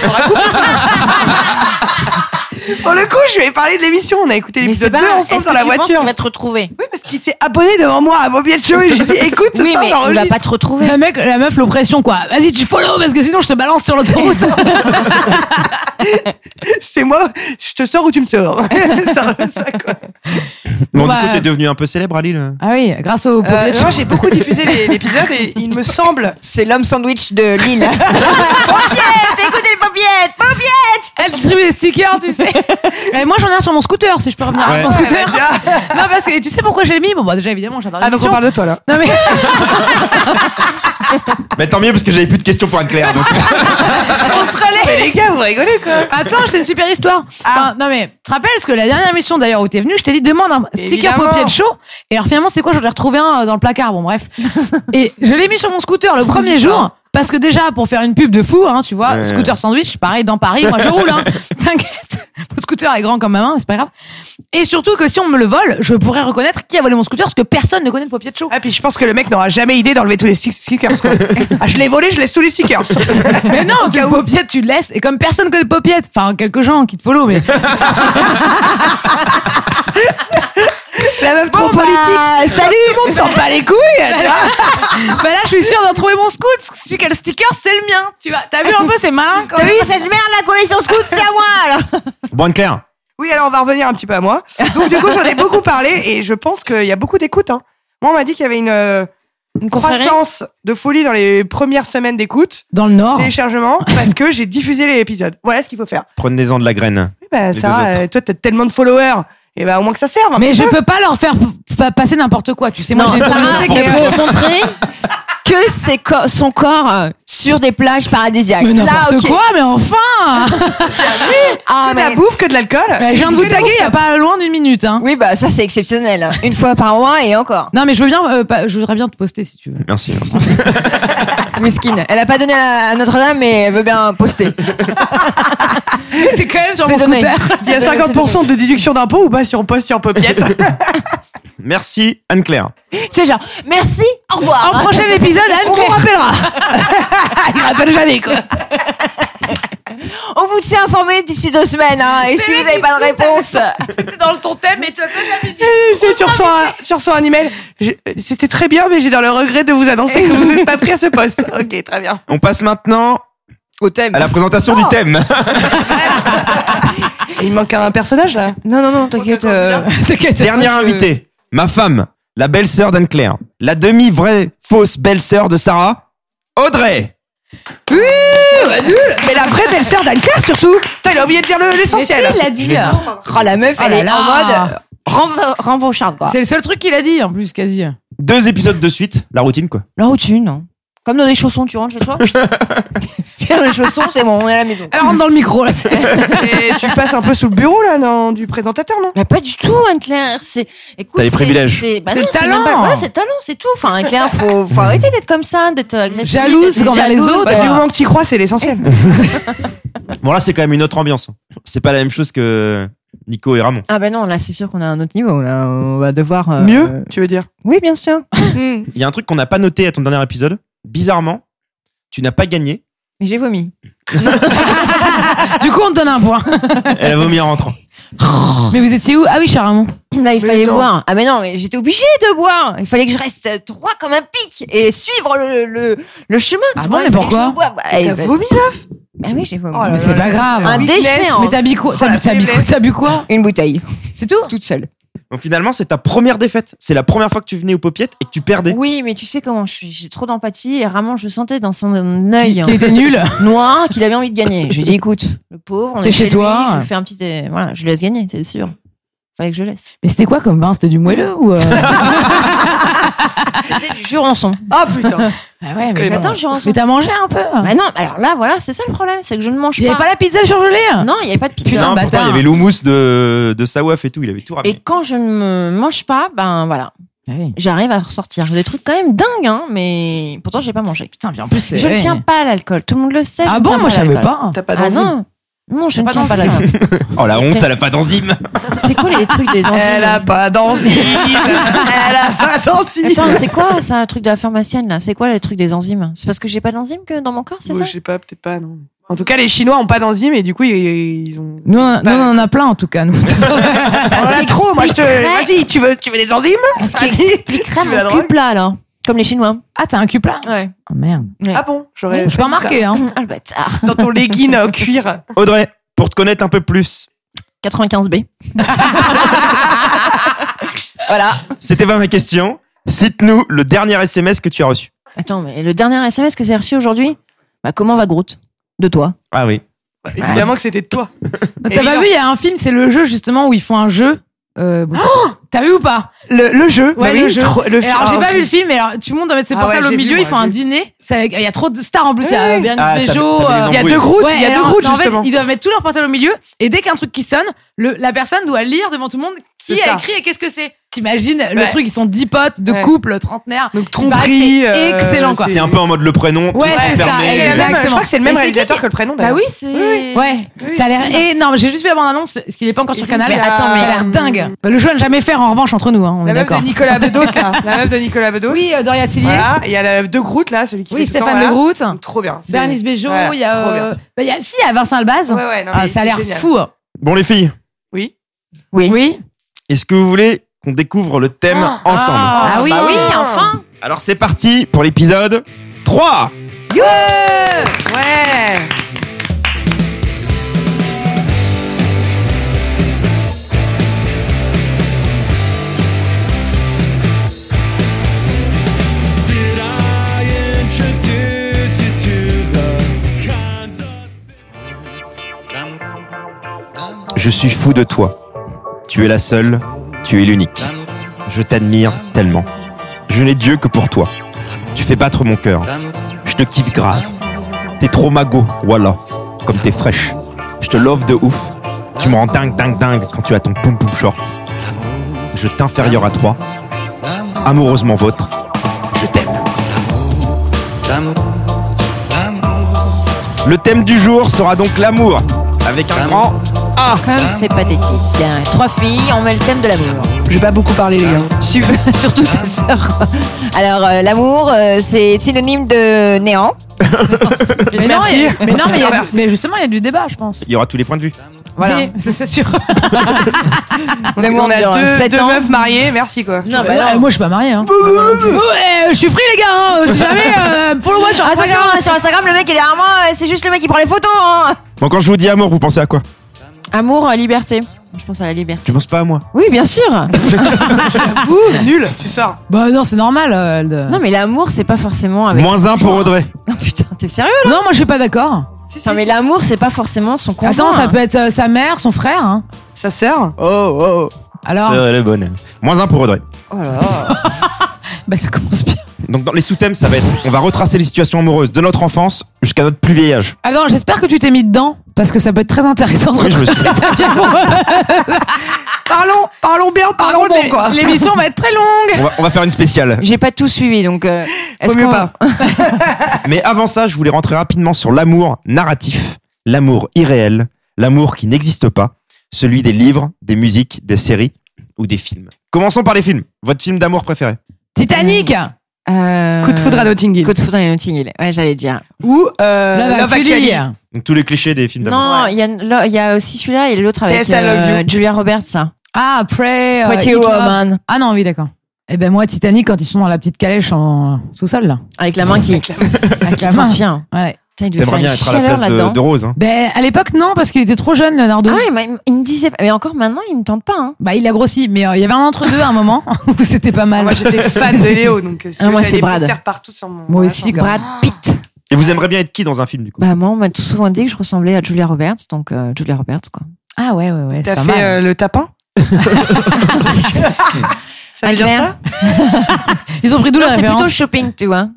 Pour le coup je lui ai parlé de l'émission. On a écouté Mais l'épisode c'est deux pas. ensemble Est-ce dans que la tu penses voiture. qu'il va te retrouver? Oui parce qu'il s'est abonné devant moi à Mobiel Show et j'ai dit écoute ce Oui, soir mais il va j'enregistre. pas te retrouver. La mec, la meuf, l'oppression, quoi. Vas-y, tu follow, parce que sinon je te balance sur l'autoroute. C'est moi, je te sors ou tu me sors. Ça, ça, quoi. Bon, Bah, du coup, t'es devenu un peu célèbre à Lille. Ah oui, grâce au Euh, pauvre. moi j'ai beaucoup diffusé les- l'épisode et il me semble. C'est l'homme sandwich de Lille. Paupiette! Écoutez les paupiètes! Paupiètes! Elle distribue des stickers, tu sais. Et moi, j'en ai un sur mon scooter, si je peux revenir Ouais. avec mon scooter. Ouais, bah, Non, parce que tu sais pourquoi je l'ai mis? Bon, bah, déjà, évidemment, j'adore Ah donc on l'émission. parle de toi là. Non, mais Mais tant mieux parce que j'avais plus de questions pour Anne-Claire. Donc... on se relaie. Mais les gars vous rigolez quoi. Attends, c'est une super histoire. Ah. Enfin, non, mais, tu te rappelles, parce que la dernière émission, d'ailleurs, où t'es venu, je t'ai dit, demande un sticker Évidemment. paupiette chaud. Et alors, finalement, c'est quoi? J'en ai retrouvé un euh, dans le placard. Bon, bref. Et je l'ai mis sur mon scooter le premier jour. Parce que déjà, pour faire une pub de fou, hein, tu vois, Ouais. scooter sandwich, pareil, dans Paris, moi je roule, hein. T'inquiète. Mon scooter est grand comme ma main, mais c'est pas grave. Et surtout que si on me le vole, je pourrais reconnaître qui a volé mon scooter, parce que personne ne connaît le paupiette chaud. Ah puis je pense que le mec n'aura jamais idée d'enlever tous les stick- stickers quoi. Ah je l'ai volé, je laisse tous les stickers. Mais non, Au tu cas le où. paupiette, tu le laisses. Et comme personne connaît le paupiette, enfin, quelques gens qui te follow, mais. La meuf trop Bon, bah, politique. salut. Tout le monde s'en bat les couilles. Tu vois. Bah là, je suis sûre de retrouver mon scoot. Celui qui a le sticker, c'est le mien. Tu vois, t'as vu un peu, c'est malin quand T'as même. vu cette merde, la collection scout, c'est à moi, alors! Bon, Anne-Claire, Oui alors on va revenir un petit peu à moi. Donc du coup j'en ai beaucoup parlé et je pense qu'il y a beaucoup d'écoute. Hein. Moi on m'a dit qu'il y avait une, euh, une confrérie croissance de folie dans les premières semaines d'écoute, Dans le Nord. téléchargement, parce que j'ai diffusé les épisodes. Voilà ce qu'il faut faire. prenez-en de la graine. Oui, bah, Les Sarah, deux autres. euh, toi t'as tellement de followers, et bah au moins que ça serve. un Mais peu. je peux pas leur faire fa- passer n'importe quoi, tu sais. Moi, Non, j'ai une Sarah, communauté qui elle est- peut montrer que c'est co- son corps euh, sur des plages paradisiaques. Mais Là, n'importe ok. quoi, mais enfin! Ah, Que de la mais... bouffe, que de l'alcool. Bah, je viens de vous taguer il y a pas loin d'une minute, hein. Oui, bah, ça, c'est exceptionnel. hein. Une fois par mois et encore. Non, mais je veux bien, euh, pas- je voudrais bien te poster si tu veux. Merci, merci. Miskine. Elle a pas donné à Notre-Dame, mais elle veut bien poster. C'est quand même sur C'est mon donné. scooter. Il y a cinquante pour cent de déduction d'impôt ou pas si on poste sur Paupiette. Merci, Anne-Claire. Tu sais, genre, merci, au revoir. En prochain épisode, On vous Anne-Claire. rappellera. Il rappelle jamais quoi. On vous tient informé d'ici deux semaines, hein. Et si vous n'avez pas de réponse. C'était dans le ton thème et tu as que la vidéo. Et si tu reçois un, tu reçois un email, je- c'était très bien, mais j'ai dans le regret de vous annoncer que vous n'êtes pas pris à ce poste. Ok, très bien. On passe maintenant Au thème. à la présentation Oh. du thème. Et il manque un personnage là. Non, non, non, t'inquiète. euh, Dernière invitée, ma femme, la belle-sœur d'Anne-Claire, la demi-vraie fausse belle-sœur de Sarah, Audrey. Bah, nul. Mais la vraie belle-sœur d'Anne-Claire surtout. Putain, il a oublié de dire le- l'essentiel. Il l'a dit. Oh, la meuf, Oh elle là est là. en mode euh, renvo- renvaucharde, quoi. C'est le seul truc qu'il a dit, en plus, quasi. Deux épisodes de suite, la routine quoi. La routine, non. Comme dans des chaussons, tu rentres chez toi. Dans les chaussons, c'est bon, on est à la maison. Elle rentre dans le micro, là. Et tu passes un peu sous le bureau, là, non, du présentateur, non? Mais pas du tout, Anne-Claire. C'est, écoute, T'as les c'est- privilèges. C'est, bah C'est non, le c'est talent. même pas- voilà, c'est le talent, c'est tout. Enfin, Anne-Claire, faut, faut arrêter d'être comme ça, d'être agressive. Jalouse d'être envers les jalouse. autres. Bah, du moment que tu y crois, c'est l'essentiel. Bon, là, c'est quand même une autre ambiance. C'est pas la même chose que Nico et Ramon. Ah ben non, là, c'est sûr qu'on a un autre niveau. Là, on va devoir. euh, Mieux, tu veux dire? Oui, bien sûr. Il y a un truc qu'on n'a pas noté à ton dernier épisode. Bizarrement, tu n'as pas gagné. Mais j'ai vomi. Du coup, on te donne un point. Elle a vomi en rentrant. Mais vous étiez où? Ah oui, cher Ramon. Là, il Mais fallait non. boire. Ah mais non, mais j'étais obligée de boire. Il fallait que je reste droit comme un pic et suivre le, le, le chemin. Ah tu bon, vois, mais il fallait pourquoi que je boive. Bah, T'as eh ben, vomi, meuf? Bah oui, j'ai vomi. Oh là Mais là c'est là pas là. grave. Un Weakness. déchet, hein. Mais t'as bu quoi? Oh, la T'as t'as bu quoi? faiblesse. T'as bu quoi? Une bouteille. C'est tout? Toute seule. Donc finalement, c'est ta première défaite. C'est la première fois que tu venais au Popiette et que tu perdais. Oui, mais tu sais comment je suis. J'ai trop d'empathie et Ramon, je sentais dans son œil Qui était nul. noir qu'il avait envie de gagner. J'ai dit, écoute, le pauvre, on T'es est chez chez toi. lui, je lui fais un petit, euh, voilà, je le laisse gagner, c'est sûr. Fallait que je laisse. Mais c'était quoi comme vin? C'était du moelleux ou euh... C'était du jurançon. Ah putain. Ah ouais, Mais mais, Attends, jurançon. mais t'as mangé un peu? Bah non, alors là, voilà, c'est ça le problème, c'est que je ne mange Il y pas. avait pas la pizza surgelée? Non, il y avait pas de pizza. Putain, Non, bâtard. pourtant, il y avait l'houmous de, de Sawaf et tout. Il avait tout Et ramené. quand je ne me mange pas, ben voilà, Ah oui. j'arrive à ressortir. Des trucs quand même dingues, hein, mais pourtant j'ai pas mangé. Putain, puis en plus, c'est. Je ne ouais. tiens pas à l'alcool. Tout le monde le sait. Ah je ne bon, tiens moi je pas à savais l'alcool. pas. T'as pas Ah d'enzyme. non, non, je T'as ne pas tiens pas à d'enzyme. l'alcool. Oh la honte, elle a pas d'enzyme. C'est quoi les trucs des enzymes? Elle a pas d'enzyme. Elle a pas d'enzyme. Attends, c'est quoi ça, le truc de la pharmacienne là? C'est quoi le truc des enzymes? C'est parce que j'ai pas d'enzymes que dans mon corps, c'est Bon, ça? je sais pas, peut-être pas, non. En tout cas, les Chinois ont pas d'enzyme et du coup, ils, ils ont. Nous, on, Bah, nous, on en a plein en tout cas. Nous. on en a trop. Moi, je te. expliquerait- Vas-y, tu veux, tu veux des enzymes? Ce qui Vas-y. expliquerait Tu veux la mon drogue cul plat là, comme les Chinois. Ah, t'as un cul plat? Ouais. Oh merde. Ah bon, j'aurais. Je suis pas remarqué, hein. Ah le bâtard. Dans ton legging en cuir. Audrey, pour te connaître un peu plus, quatre-vingt-quinze B. Voilà. c'était pas ma question. Cite-nous le dernier S M S que tu as reçu. Attends, mais le dernier S M S que j'ai reçu aujourd'hui, bah comment va Groot? De toi. Ah oui. Bah, évidemment que c'était de toi. T'as Évident. pas vu, il y a un film, c'est le jeu justement où ils font un jeu. Euh, bon, t'as vu ou pas? Le, le jeu. Ouais, bah oui, le jeu. trop- le Et alors, ah, j'ai pas ok. vu le film, mais alors, tout le monde doit mettre ses Ah portables ouais, au j'ai milieu, vu, ils font moi, un j'ai dîner. C'est avec- Il y a trop de stars en plus, il y a Oui. Bérénice Ah, ça- Bejo. ça met les euh, Il y a embrouilles. deux Groot, Ouais, il y a et deux alors, Groot, en fait, justement. ils doivent mettre tout leur portable au milieu, et dès qu'un truc qui sonne, le, la personne doit lire devant tout le monde qui C'est a ça. écrit et qu'est-ce que c'est. T'imagines le Ouais. truc, ils sont dix potes de Ouais. couple, trentenaires. Donc, Il paraît que tromperie. c'est euh, excellent, quoi. C'est un peu en mode le prénom, tout Ouais, c'est ça, fermé. C'est la même- exactement. je crois que c'est le même Mais c'est réalisateur qui- que le prénom. Bah d'ailleurs. oui, c'est. Ouais, ça a l'air énorme. J'ai juste vu la bande-annonce, parce qu'il est pas encore sur Et Canal. donc, il y a- Attends, mais ça a l'air dingue. Bah, le jeu à ne jamais faire en revanche entre nous, hein, on La est meuf d'accord. de Nicolas Bedos, là. La meuf de Nicolas Bedos. Oui, euh, Doria Tillier. Voilà. Il y a la deux Groot, là, celui qui Oui, fait tout le temps, Stéphane voilà. de Groot. Donc, trop bien. C'est- Bérénice Bejo, Voilà, il y a. trop bien. euh, bah, il y a si, il y a Vincent Albaz. Ouais, ouais, non, Ah, mais ça a c'est l'air génial. fou. Bon les filles, Oui. Oui. Oui. est-ce que vous voulez qu'on découvre le thème Ah, ensemble? Ah oui, Bah oui, enfin. Alors c'est parti pour l'épisode trois. Ouais. Je suis fou de toi. Tu es la seule, tu es l'unique. Je t'admire tellement. Je n'ai Dieu que pour toi. Tu fais battre mon cœur. Je te kiffe grave. T'es trop mago, voilà. Comme t'es fraîche. Je te love de ouf. Tu me rends dingue, dingue, dingue quand tu as ton poum poum short. Je t'inférieur à toi. Amoureusement vôtre. Je t'aime. Le thème du jour sera donc l'amour. Avec un grand A. Comme c'est pathétique. Bien, trois filles, on met le thème de l'amour. Je vais pas beaucoup parler, les gars. Su- Surtout ta sœur. Alors, euh, l'amour, euh, c'est synonyme de néant. Mais non, Merci. il y a- mais non, mais, il y a- Merci. mais justement, il y a du débat, je pense. Il y aura tous les points de vue. Voilà. Oui, c'est c'est sûr. L'amour On a dure deux, sept deux ans. meufs mariées, merci quoi. Non, bah Ouais, non. moi, je suis pas mariée. Hein. Ouais, je suis free, les gars. Hein. Si jamais, euh, follow-moi sur Attention, Instagram. hein, sur Instagram, le mec est derrière moi, euh, c'est juste le mec qui prend les photos. Hein. Bon, quand je vous dis amour, vous pensez à quoi? Amour, euh, liberté. Je pense à la liberté. Tu penses pas à moi? Oui, bien sûr. Ouh, nul, tu sors. Bah non, c'est normal. euh, elle de- Non, mais l'amour, c'est pas forcément avec. Moins un pour Audrey. Oh putain, t'es sérieux? Non, moi, je suis pas d'accord. Si, si, Non, mais si. l'amour, c'est pas forcément son conjoint. Attends, ça peut être euh, sa mère, son frère. Hein. Ça sert. Oh, oh. Alors, Elle est bonne. elle. Moins un pour Audrey. Oh là là. bah ça commence bien. Donc dans les sous-thèmes, ça va être, on va retracer les situations amoureuses de notre enfance jusqu'à notre plus vieil âge. Ah non, j'espère que tu t'es mis dedans parce que ça peut être très intéressant de Oui, je me retracer suis- ta vie amoureuse. Parlons, parlons bien, Par parlons contre, bon, quoi. l'é- L'émission va être très longue. On va, on va faire une spéciale. J'ai pas tout suivi, donc. Euh, Faut mieux pas. Mais avant ça, je voulais rentrer rapidement sur l'amour narratif, l'amour irréel, l'amour qui n'existe pas, celui des livres, des musiques, des séries ou des films. Commençons par les films. Votre film d'amour préféré? Titanic. Euh... Coup de foudre à Notting Hill. Coup de foudre à Notting Hill. Ouais, j'allais dire. Ou euh, Love Love Actually. Actually. Donc tous les clichés des films d'amour. Non, il y a là, il y a aussi celui-là et l'autre avec P S I Love euh, You. Julia Roberts là. Ah, Pray. euh, Pretty Eat Love. Woman. Ah non, oui, d'accord. Eh ben moi, Titanic, quand ils sont dans la petite calèche en sous-sol là. Avec la main qui, Avec la qui main. transpire. Ouais. Putain, il devait T'aimerais faire une bien être à la chaleur place de, là-dedans. de Rose. Hein. Ben à l'époque non, parce qu'il était trop jeune, Leonardo. Ah ouais, mais il me disait. Mais encore maintenant, il me tente pas. Hein. Bah il a grossi, mais euh, il y avait un entre deux à un moment où c'était pas mal. Moi, j'étais fan de Léo, donc euh, si Ah, tu veux, moi, j'avais c'est des Brad. posters partout sur mon. Moi aussi, quand Brad Pitt. Et vous aimeriez bien être qui dans un film du coup? Bah moi, on m'a tout souvent dit que je ressemblais à Julia Roberts, donc euh, Julia Roberts quoi. Ah ouais ouais ouais. T'as C'est pas fait mal. euh, le tapin Ça veut dire Claire. ça Ils ont pris d'où Non, la c'est référence plutôt shopping, tu vois.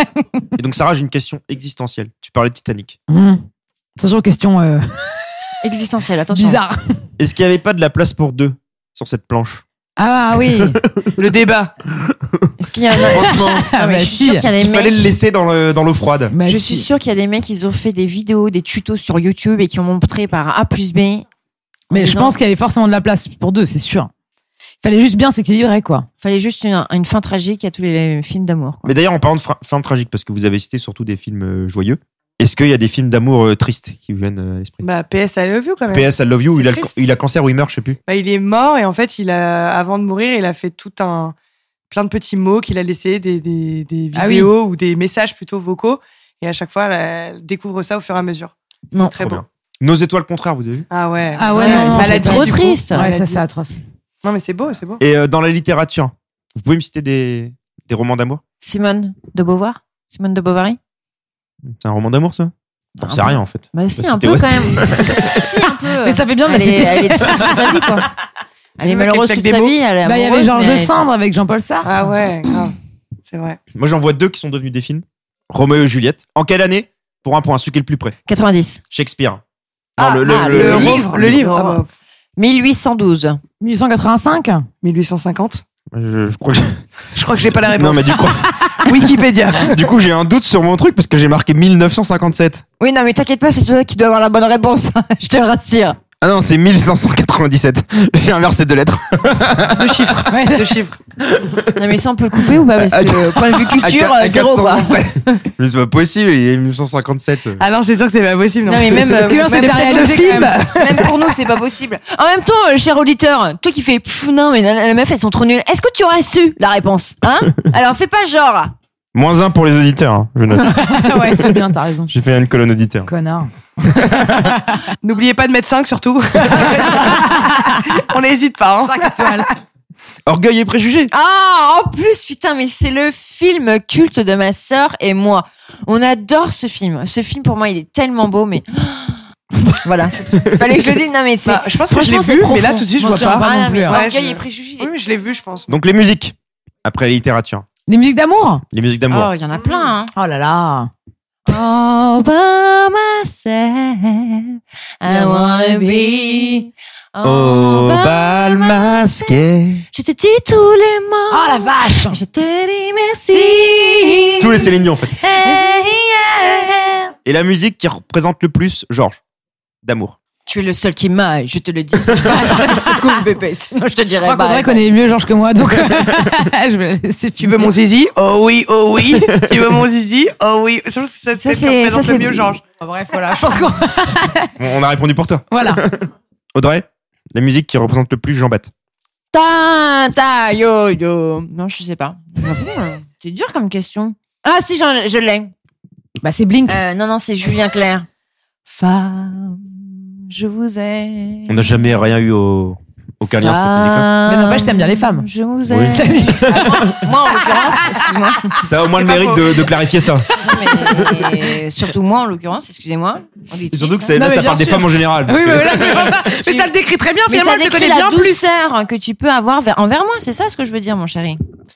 Et donc Sarah, j'ai une question existentielle. Tu parlais de Titanic. Mmh. Attention, question euh, Existentielle, attention. bizarre. Est-ce qu'il n'y avait pas de la place pour deux sur cette planche? Ah oui. Le débat. Est-ce qu'il y a un... Franchement, Ah, mais bah je suis si. sûre qu'il y a des il fallait mecs. le laisser dans le- dans l'eau froide. Bah, Je si. suis sûre qu'il y a des mecs qui ont fait des vidéos, des tutos sur YouTube et qui ont montré par A plus B. Mais en je disant, pense qu'il y avait forcément de la place pour deux, c'est sûr. Il fallait juste bien s'équilibrer quoi. fallait juste une, une fin tragique à tous les films d'amour. quoi. Mais d'ailleurs, en parlant de fra- fin tragique, parce que vous avez cité surtout des films euh, joyeux, est-ce qu'il y a des films d'amour euh, tristes qui vous viennent euh, à l'esprit? Bah, P S I Love You quand même. P S I Love You, C'est il a, le- triste. il a cancer ou il meurt, je sais plus. Bah, il est mort et en fait, il a, avant de mourir, il a fait tout un, plein de petits mots qu'il a laissés, des, des, des Ah vidéos ou des messages plutôt vocaux. Et à chaque fois, elle découvre ça au fur et à mesure. Non. C'est très Trop beau. bien. Nos étoiles contraires, vous avez vu? Ah ouais. Ah ouais, non, ça, ça c'est l'a dit, trop du coup. triste. Ouais, Ouais, elle a ça dit. c'est atroce. Non, mais c'est beau, c'est beau. Et euh, dans la littérature, vous pouvez me citer des, des romans d'amour? Simone de Beauvoir Simone de Bovary C'est un roman d'amour, ça? T'en sais Ah, rien, en fait. Bah si, Bah, un c'était peu ouais. quand même. Si, un peu. Mais ça fait bien de la elle est, citer. elle est triste toute sa vie, quoi. Elle est Ouais, malheureuse qu'elle toute claque sa des vie. Elle est Bah il y avait amoureuse, Georges mais- Sand avec Jean-Paul Sartre. Ah ouais, grave. C'est vrai. Moi, j'en vois deux qui sont devenus des films. Roméo et Juliette. En quelle année? Pour un point, celui qui est le plus près. quatre-vingt-dix Shakespeare. Non, Ah, le, le, ah, le- le le- livre. Le livre. Ah bah, mille huit cent douze mille huit cent quatre-vingt-cinq. mille huit cent cinquante. Je, je crois que... Je crois que j'ai pas la réponse. Non, mais du coup, Wikipédia. du coup, j'ai un doute sur mon truc parce que j'ai marqué mille neuf cent cinquante-sept. Oui, non, mais t'inquiète pas, c'est toi qui dois avoir la bonne réponse. Je te rassure. Ah non, c'est mille cinq cent quatre-vingt-dix-sept. J'ai inversé deux lettres. Deux chiffres. Ouais. Deux chiffres. Non, mais ça, on peut le couper ou pas? Parce que, point de vue culture, À- à euh, zéro, quatre cents quoi. ans près. Mais c'est pas possible, il est mille neuf cent cinquante-sept. Ah non, c'est sûr que c'est pas possible. Non, Non, mais même, Parce que euh, là, même c'était peut-être réalisé le film, quand même pour nous, c'est pas possible. En même temps, euh, cher auditeur, toi qui fais pff, non, mais la, la meuf, elles sont trop nulles. Est-ce que tu aurais su la réponse? Hein? Alors, fais pas genre. Moins un pour les auditeurs, hein, je note. Ouais, c'est bien, t'as raison. J'ai fait une colonne auditeur. Connard. N'oubliez pas de mettre cinq surtout. On n'hésite pas. Hein. cinq étoiles. Orgueil et préjugés. Ah, en plus, putain, mais c'est le film culte de ma sœur et moi. On adore ce film. Ce film, pour moi, il est tellement beau, mais. Voilà, c'est- fallait que je le dise. Non, mais c'est. Bah, je pense que je l'ai franchement, c'est vu, profond. mais là tout de suite je Moi, vois je l'ai pas. pas Ah, non non, plus, mais hein. Orgueil je- et préjugés. Oui, mais je l'ai vu, je pense. Donc les musiques. Après la littérature. Les musiques d'amour. Les musiques d'amour. Oh, il y en a plein, hein. Oh là là. All by myself, I wanna be. Au bal masqué. Je te dis tous les mots. Oh la vache. Je te dis merci. Tous les Céline Dion, en fait. Hey, yeah. Et la musique qui représente le plus Georges. D'amour. Tu es le seul qui m'aille, je te le dis. C'est pas c'est cool, bébé. Sinon, je te Je dirais crois bye. qu'Audrey connaît mieux Georges que moi, donc je vais la laisser Tu veux mon zizi? Oh oui, oh oui. Tu veux mon zizi? Oh oui. Je pense que ça, Ça, ça, c'est- représente ça, le c'est- mieux Georges. Oh, bref, voilà, je pense qu'on... On on a répondu pour toi. Voilà. Audrey, la musique qui représente le plus Jean-Baptiste. Ta, ta, yo, yo. Non, je sais pas. J'avoue, euh, c'est dur comme question. Ah, si, j'en- je l'ai. Bah c'est Blink. Euh, non, non, c'est Julien Clerc. Femme, je vous aime. On n'a jamais rien eu au, aucun lien sur cette musique-là. Mais n'empêche, t'aimes bien les femmes. Je vous Oui. aime. Ah, moi, moi, en l'occurrence, excuse-moi. Ça a au moins le C'est pas mérite faux. de, de clarifier ça. Mais surtout moi, en l'occurrence, excusez-moi. Et surtout que c'est- Non, là, mais ça bien parle des sûr. femmes en général. Oui, donc, mais, euh, voilà, c'est pour ça. Mais ça le décrit très bien, Mais finalement, ça je te décrit connais la bien plus. douceur que tu peux avoir vers- envers moi, c'est ça ce que je veux dire, mon chéri.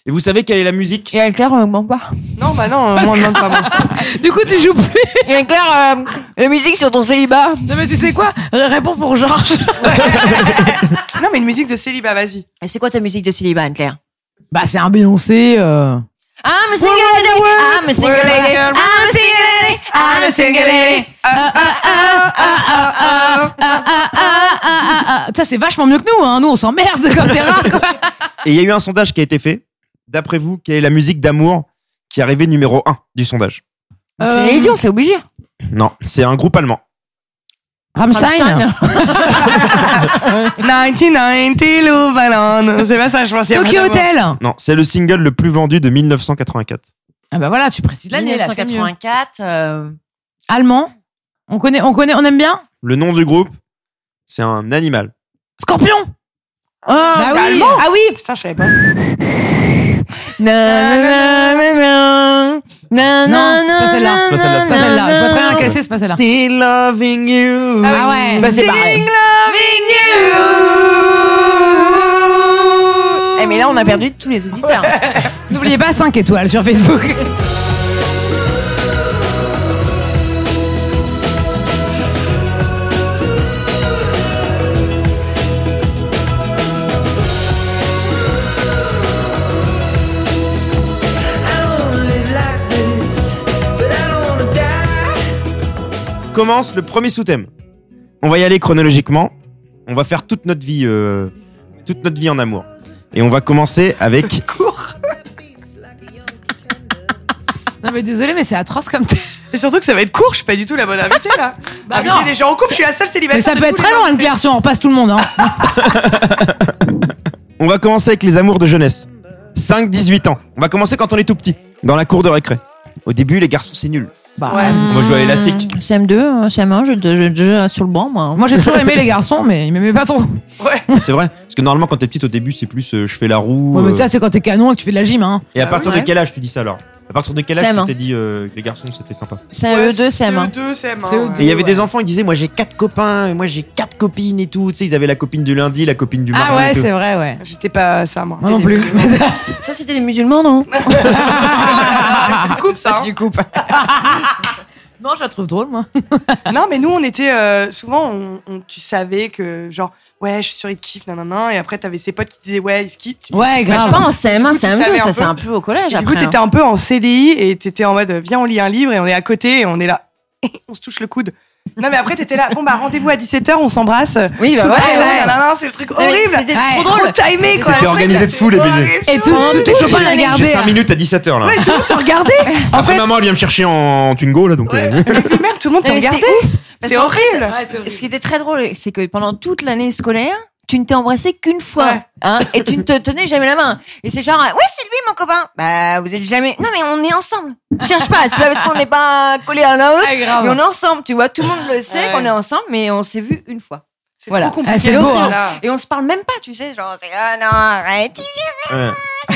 Et vous savez quelle est la musique? Et Claire, on ne ment pas. Non, bah non, moi, on ne demande pas. Moi. Du coup, tu joues plus. Et Claire, euh, la musique sur ton célibat. Non, mais tu sais quoi? Réponds pour Georges. Non, mais une musique de célibat, vas-y. Et c'est quoi ta musique de célibat, Anne-Claire? Bah, c'est un Beyoncé. Euh... I'm a single lady, I'm a single lady, I'm a single lady, I'm a single lady. Ah, ah, ah, ah, ah, ah, ah, ah, ah, ah. Ça, c'est vachement mieux que nous, hein. Nous, on s'emmerde comme des rats, quoi. Et il y a eu un sondage qui a été fait. D'après vous, quelle est la musique d'amour qui est arrivée numéro un du sondage? C'est Euh, idiot, c'est obligé. Non, c'est un groupe allemand. Rammstein. dix-neuf quatre-vingt-dix, Lou Ballon. C'est pas ça, je pense. Tokyo Hotel. Non, c'est le single le plus vendu de mille neuf cent quatre-vingt-quatre. Ah bah voilà, tu précises l'année, là, c'est mieux. dix-neuf cent quatre-vingt-quatre. Euh... Allemand. On connaît, on connaît, on aime bien. Le nom du groupe, c'est un animal. Scorpion. Oh, Bah c'est oui. allemand. Ah oui. Putain, je savais pas. Na, na, na, na, na, Non, na, c'est pas celle-là. C'est pas celle-là, C'est pas celle-là. Je vois très bien laquelle c'est, c'est pas celle-là. Still loving you. Ah ouais. Bah c'est pareil. Eh mais là on a perdu tous les auditeurs. N'oubliez pas cinq étoiles sur Facebook. Commence le premier sous-thème. On va y aller chronologiquement. On va faire toute notre vie, euh, toute notre vie en amour. Et on va commencer avec. Non mais désolé, mais c'est atroce comme thème. Et surtout que ça va être court, je suis pas du tout la bonne invitée là. Bah Inviter non. des gens en couple, je suis la seule célibataire. Mais ça de peut être tous très les long, invités. Anne-Claire, si on repasse tout le monde. Hein. On va commencer avec les amours de jeunesse. cinq dix-huit ans. On va commencer quand on est tout petit, dans la cour de récré. Au début, les garçons, c'est nul. Bah, Ouais. Moi, je joue à l'élastique. C M deux, C M un, je, je, je, sur le banc moi. moi j'ai toujours aimé les garçons, mais ils m'aimaient pas trop. Ouais. C'est vrai. Parce que normalement, quand t'es petite, au début, c'est plus euh, je fais la roue. Ouais, mais euh, ça c'est quand t'es canon et que tu fais de la gym. Hein. Et à Ah partir oui, de ouais. quel âge tu dis ça alors? À partir de quel âge C M un. tu t'es dit euh, que les garçons c'était sympa? C M deux, C M un. C E deux, C M un. C E deux. ouais. Et il y avait des enfants, ils disaient moi j'ai quatre copains, moi j'ai quatre copines et tout. Tu sais, ils avaient la copine du lundi, la copine du mardi. Ah ouais, et tout. c'est vrai, ouais. J'étais pas ça, moi. Moi non plus. Ça c'était des musulmans non? Tu coupes ça. hein. Tu coupes. Non, je la trouve drôle, moi. Non, mais nous, on était euh, souvent, on, on- tu savais que genre, ouais, je suis sûre, il kiffe, nanana. Et après, t'avais ses potes qui disaient, ouais, il se kiffe. Tu- Ouais, Bah, grave. pas en C M un, Du coup, tu C M deux, savais un ça peu. c'est un peu au collège Et du coup, après. t'étais hein. un peu en C D I et t'étais en mode, viens, on lit un livre et on est à côté et on est là. On se touche le coude. Non, mais après, t'étais là, bon, bah, rendez-vous à dix-sept heures, on s'embrasse. Oui, bah Sous le ouais, prénom, ouais. nanana, c'est le truc Non, mais horrible. C'était Ouais. trop Trop drôle. timé, quoi. C'était Après, organisé de fou, les baisers. Et tout, Pendant tout, toute tout le la monde la année. regardait. J'ai cinq minutes à dix-sept heures là. Ouais, tout le monde te regardait. En Après fait, maman elle vient me chercher en Twingo là donc. ouais, euh, et puis même, tout le monde te Non, mais c'est regardait. ouf, parce C'est qu'en fait, horrible. Ouais, c'est horrible. Ce qui était très drôle, c'est que pendant toute l'année scolaire, tu ne t'es embrassé qu'une fois, Ouais. hein, et tu ne te tenais jamais la main. Et c'est genre, ouais, c'est lui mon copain. Bah, vous êtes jamais. Non, mais on est ensemble. Cherche pas. C'est pas parce qu'on n'est pas collés à l'un l'autre, Ouais, grave. mais on est ensemble. Tu vois, tout le monde le sait Ouais. qu'on est ensemble, mais on s'est vu une fois. C'est Voilà. trop Ah, compliqué. c'est beau, ça, hein. là. Et on se parle même pas, tu sais, genre, c'est ah non, arrête. ouais.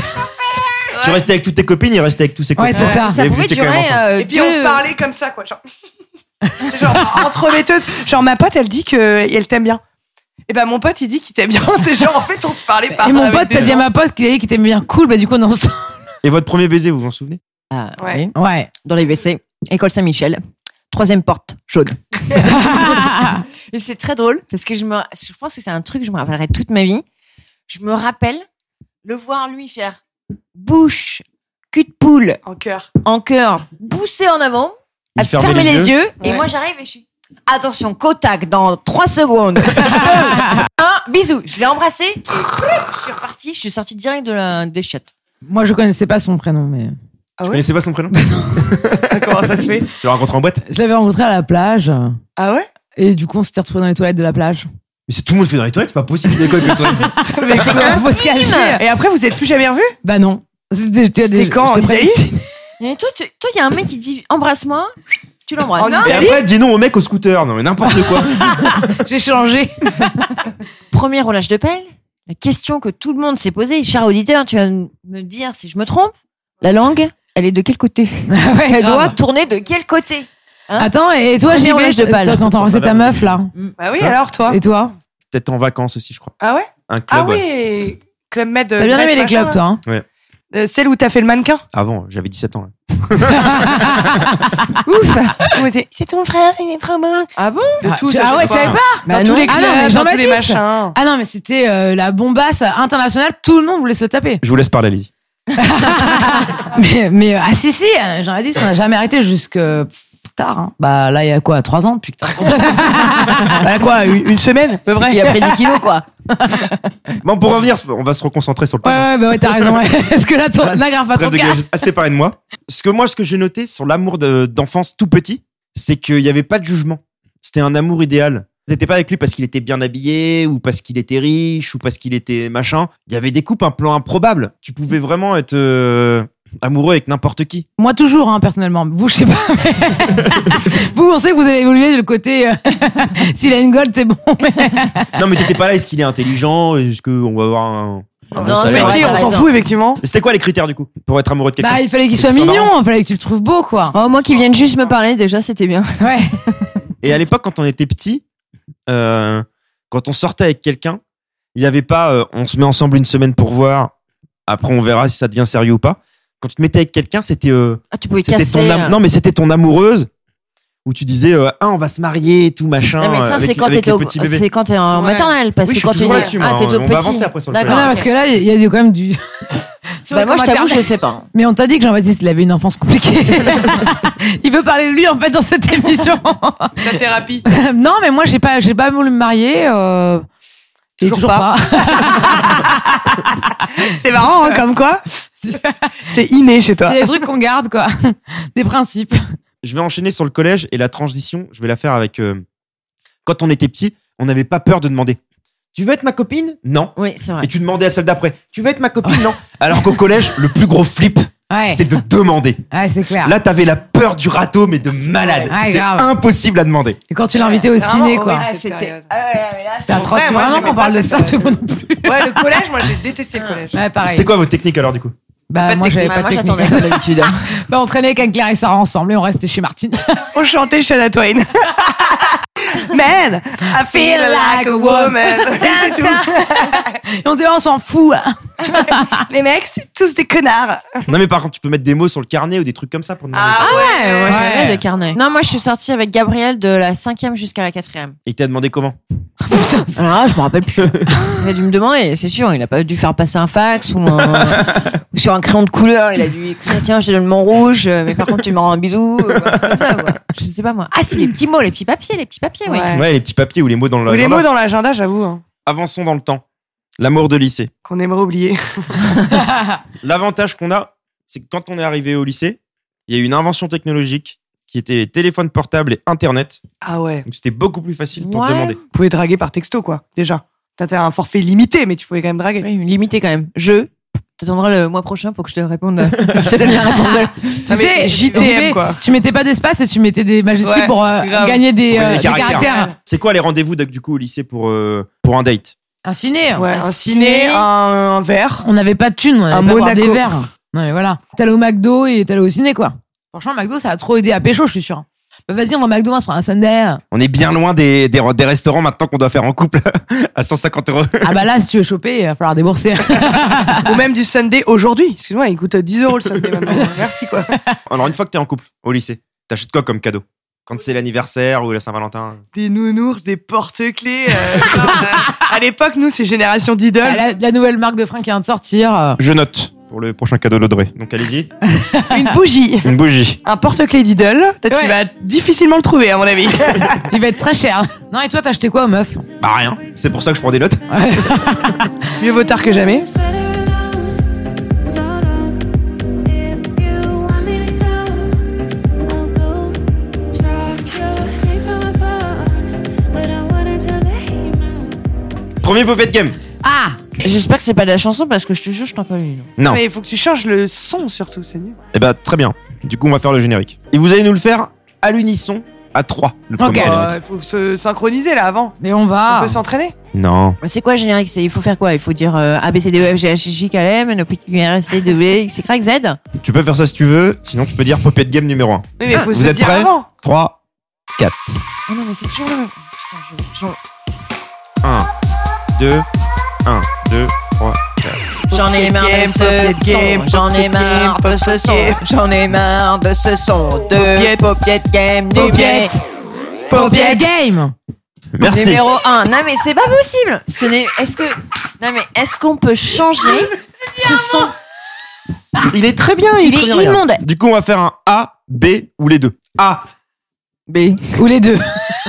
Tu restais avec toutes tes copines, il restait avec tous ses copains. Ouais, c'est ça. Ça Et vous pouvait étiez quand même durer. ensemble. euh, Et puis on deux- se parlait comme ça, quoi. Genre, genre entremetteuses. Genre ma pote, elle dit qu'elle t'aime bien. Et ben mon pote, il dit qu'il t'aime bien. C'est genre en fait, on se parlait pas. Et mon avec pote, des t'as dit à gens. ma pote qu'il a dit qu'il t'aimait bien cool, bah du coup on est ensemble. Et votre premier baiser, vous vous en souvenez? Ah, Ouais. oui. Ouais. Dans les W C, école Saint-Michel, troisième porte, jaune. Et c'est très drôle parce que je me, je pense que c'est un truc que je me rappellerai toute ma vie. Je me rappelle le voir lui faire bouche, cul de poule En cœur. en cœur, pousser en avant, Il à fermait fermer les les yeux. yeux, et Ouais. moi j'arrive et je suis attention, Kotak dans trois secondes. Deux, un, bisous. Je l'ai embrassé, et je suis repartie, je suis sortie direct de la, des chiottes. Moi je connaissais pas son prénom, mais Ah Vous ouais. connaissez pas son prénom? Comment ça se fait? Tu l'as rencontré en boîte? je l'avais rencontré à la plage. Ah ouais? Et du coup on s'était retrouvés dans les toilettes de la plage. Mais c'est tout le monde fait dans les toilettes, c'est pas possible. C'est quoi que les toilettes? Mais c'est quoi? Faut se cacher. Et après, vous êtes plus jamais revus? Bah non. C'était tu as des- C'était quand, en j'étais Italie? prédestinée. Et toi, tu- toi, il y a un mec qui dit embrasse-moi, tu l'embrasses. En Non. Et Italie? après, elle dit non au mec au scooter. Non mais n'importe quoi. J'ai changé. Premier roulage de pelle, la question que tout le monde s'est posée, cher auditeur, tu vas me dire si je me trompe, la langue, elle est de quel côté? Ouais, Elle grave. doit tourner de quel côté? Hein? Attends, et toi, Premier J B, roulage de balle. toi, quand t'as Sur embrassé ça, ta là, meuf, là. Bah oui, Hein? alors toi? Et toi? Peut-être en vacances aussi, je crois. Ah ouais? Un club. Ah ouais. oui! Club Med. T'as bien aimé les clubs, toi, hein? Euh, celle où t'as fait le mannequin. Avant, j'avais dix-sept ans. Là. Ouf. On était, c'est ton frère, il est trop beau. Ah bon? De Ah, tout tu- ça. ah ouais, tu savais pas? Dans Bah tous non. les Ah clubs, non, mais dans tous les Jean-Baptiste. machins. Ah non, mais c'était euh, la bombasse internationale. Tout le monde voulait se le taper. Je vous laisse parler, Lydie. mais, mais ah si si, j'en ai dit, ça n'a jamais arrêté jusque tard. Hein. Bah là, il y a quoi, trois ans depuis que t'as Bah quoi, une, une semaine, à peu près. Il a pris dix kilos, quoi. Bon, pour revenir, on va se reconcentrer sur le Ouais, thème. ouais, bah ouais, t'as raison. Ouais. Parce que là, ton, la grave pas Bref, trop de cas. gars, j'ai assez parlé de moi. Ce que moi, ce que j'ai noté sur l'amour de- d'enfance tout petit, c'est qu'il n'y avait pas de jugement. C'était un amour idéal. T'étais pas avec lui parce qu'il était bien habillé, ou parce qu'il était riche, ou parce qu'il était machin. Il y avait des couples un plan improbable. Tu pouvais vraiment être euh, amoureux avec n'importe qui. Moi toujours, hein, personnellement. Vous, je sais pas. mais- vous, on sait que vous avez évolué du côté. euh, S'il a une gold, c'est bon. mais- Non, mais t'étais pas là. Est-ce qu'il est intelligent? Est-ce qu'on va avoir un, un bon Non, c'est salaire? vrai, Si, t'as on s'en raison. fout, effectivement. Mais c'était quoi les critères du coup pour être amoureux de quelqu'un? Bah, il fallait qu'il soit C'est mignon. marrant. Il fallait que tu le trouves beau, quoi. Oh, moi qui vienne juste me parler, déjà, c'était bien. Ouais. Et à l'époque, quand on était petit, euh, quand on sortait avec quelqu'un, il n'y avait pas euh, on se met ensemble une semaine pour voir, après on verra si ça devient sérieux ou pas. Quand tu te mettais avec quelqu'un, c'était euh, Ah, tu pouvais c'était casser. ton am- euh. non mais c'était ton amoureuse où tu disais euh, ah on va se marier et tout machin. Non, mais ça, avec- c'est quand avec t'étais les au- petits bébés. c'est quand t'es en Ouais. maternelle. Parce Oui, que je suis quand t'es toujours là-dessus, ah, moi. t'es tout On va avancer petit. après sur le D'accord. Non, collège. non, parce que là, il y a du- quand même du. Tu vois, Bah, moi, je comme t'avoue, je Internet. sais pas. Mais on t'a dit que Jean-Baptiste, il avait une enfance compliquée. Il veut parler de lui, en fait, dans cette émission. La thérapie. Non, mais moi, j'ai pas, j'ai pas voulu me marier. Euh... et Toujours pas. C'est marrant, hein, comme quoi. C'est inné chez toi. Il y a des trucs qu'on garde, quoi. Des principes. Je vais enchaîner sur le collège et la transition, je vais la faire avec euh, quand on était petit, on n'avait pas peur de demander. Tu veux être ma copine? Non. Oui, c'est vrai. Et tu demandais à celle d'après. Tu veux être ma copine? Non. Alors qu'au collège, le plus gros flip, Ouais. c'était de demander. Ouais, c'est clair. Là, t'avais la peur du râteau, mais de malade. Ouais, C'était grave. impossible à demander. Et quand tu l'invitais au C'est ciné, vraiment quoi. horrible, Ah, cette c'était. période. Ah ouais, mais là, C'était atroce. vrai, Tu moi, veux vraiment j'aimais qu'on parle pas de cette ça, tout période. le monde non plus. Ouais, le collège, moi j'ai détesté le collège. Ouais, pareil. C'était quoi vos techniques alors du coup? Bah, Pas de moi, j'avais Bah, pas moi, de j'attendais technique. comme d'habitude. Bah, on traînait avec Claire et Sarah ensemble et on restait chez Martine. On chantait Shania Twain. Man, I feel like a woman. C'est tout. Et on disait, oh, on s'en fout. hein. Les mecs, c'est tous des connards. Non mais par contre, tu peux mettre des mots sur le carnet ou des trucs comme ça pour demander. Ah Ouais, moi, Ouais. j'avais le carnet. Non, moi, je suis sortie avec Gabriel de la cinquième jusqu'à la quatrième. Et il t'a demandé comment? Alors là, je me rappelle plus. Il a dû me demander, c'est sûr. Il a pas dû faire passer un fax ou, un... ou sur un crayon de couleur. Il a dû écrire, tiens, je te donne mon rouge, mais par contre, tu me rends un bisou. ou un truc comme ça, quoi. Je sais pas moi. Ah si, les petits mots, les petits papiers, les petits papiers, oui. Ouais. Ouais, les petits papiers ou les mots dans le. Ou les mots dans l'agenda, j'avoue, hein, Avançons dans le temps. L'amour de lycée. qu'on aimerait oublier. L'avantage qu'on a, c'est que quand on est arrivé au lycée, il y a eu une invention technologique qui était les téléphones portables et Internet. Ah ouais. Donc c'était beaucoup plus facile pour Ouais. demander. Vous pouvez draguer par texto, quoi, déjà. T'as un forfait limité, mais tu pouvais quand même draguer. Oui, limité quand même. Je t'attendras le mois prochain pour que je te réponde. Je te donne la réponse. Tu Ah, mais sais, J T M, J P, quoi. tu mettais pas d'espace et tu mettais des majuscules Ouais, pour euh, grave. gagner des, Pour euh, les des caractères. caractères. C'est quoi les rendez-vous du coup au lycée pour, euh, pour un date? Un ciné. Ouais, Un un ciné, ciné. un, un verre. On n'avait pas de thunes, on Un avait pas boire Monaco. des verres. Non mais voilà. T'allais au McDo et t'allais au ciné, quoi. Franchement, McDo, ça a trop aidé à pécho, je suis sûre. Bah vas-y, on va au McDo, on se prend un sundae. On est bien loin des, des, des restaurants maintenant qu'on doit faire en couple à cent cinquante euros. Ah bah là, si tu veux choper, il va falloir débourser. Ou même du Sunday aujourd'hui. Excuse-moi, il coûte dix euros le Sunday maintenant. Merci, quoi. Alors une fois que t'es en couple au lycée, t'achètes quoi comme cadeau? Quand c'est l'anniversaire ou la Saint-Valentin? Des nounours, des porte-clés. euh, genre, euh, à l'époque, nous, c'est génération d'idole. la, la nouvelle marque de fringues qui vient de sortir. euh, Je note pour le prochain cadeau d'Audrey. Donc allez-y. Une bougie. Une bougie. Un porte-clés d'idole. Toi, Tu Ouais. vas difficilement le trouver, à mon avis. Il va être très cher. Non, et toi, t'as acheté quoi aux meufs? Bah rien. C'est pour ça que je prends des notes. Mieux vaut tard que jamais. Premier Popette Game. Ah J'espère que c'est pas de la chanson parce que je te jure, je t'en pas eu. Non. Mais il faut que tu changes le son, surtout, c'est nul. Eh bah très bien. Du coup on va faire le générique. Et vous allez nous le faire à l'unisson, à trois. Le premier Ok. générique. Euh, Il faut se synchroniser, là, avant. Mais on va. On peut s'entraîner. Non. C'est quoi le générique? C'est- Il faut faire quoi? Il faut dire euh, A, B, C, D, E, F, G, H, I, J, K, L, M, N, O, P, Q, R, S, T, W, X, Y, Z. Tu peux faire ça si tu veux. Sinon tu peux dire Popette Game numéro un. Oui, mais il faut Vous se êtes dire prêts? avant. trois, quatre. Oh non, mais c'est toujours le même. Putain, je. je- un, deux, un, deux, trois, quatre. J'en ai marre de ce son, j'en ai marre de ce son, j'en ai marre de ce son de Popiette Game numéro Popiette Game. Merci. Numéro un. Non mais c'est pas possible. Ce n'est. Est-ce que. Non mais est-ce qu'on peut changer ce son? Il est très bien. Il, Il est immonde. Du coup, on va faire un A, B ou les deux. A. B. Ou les deux.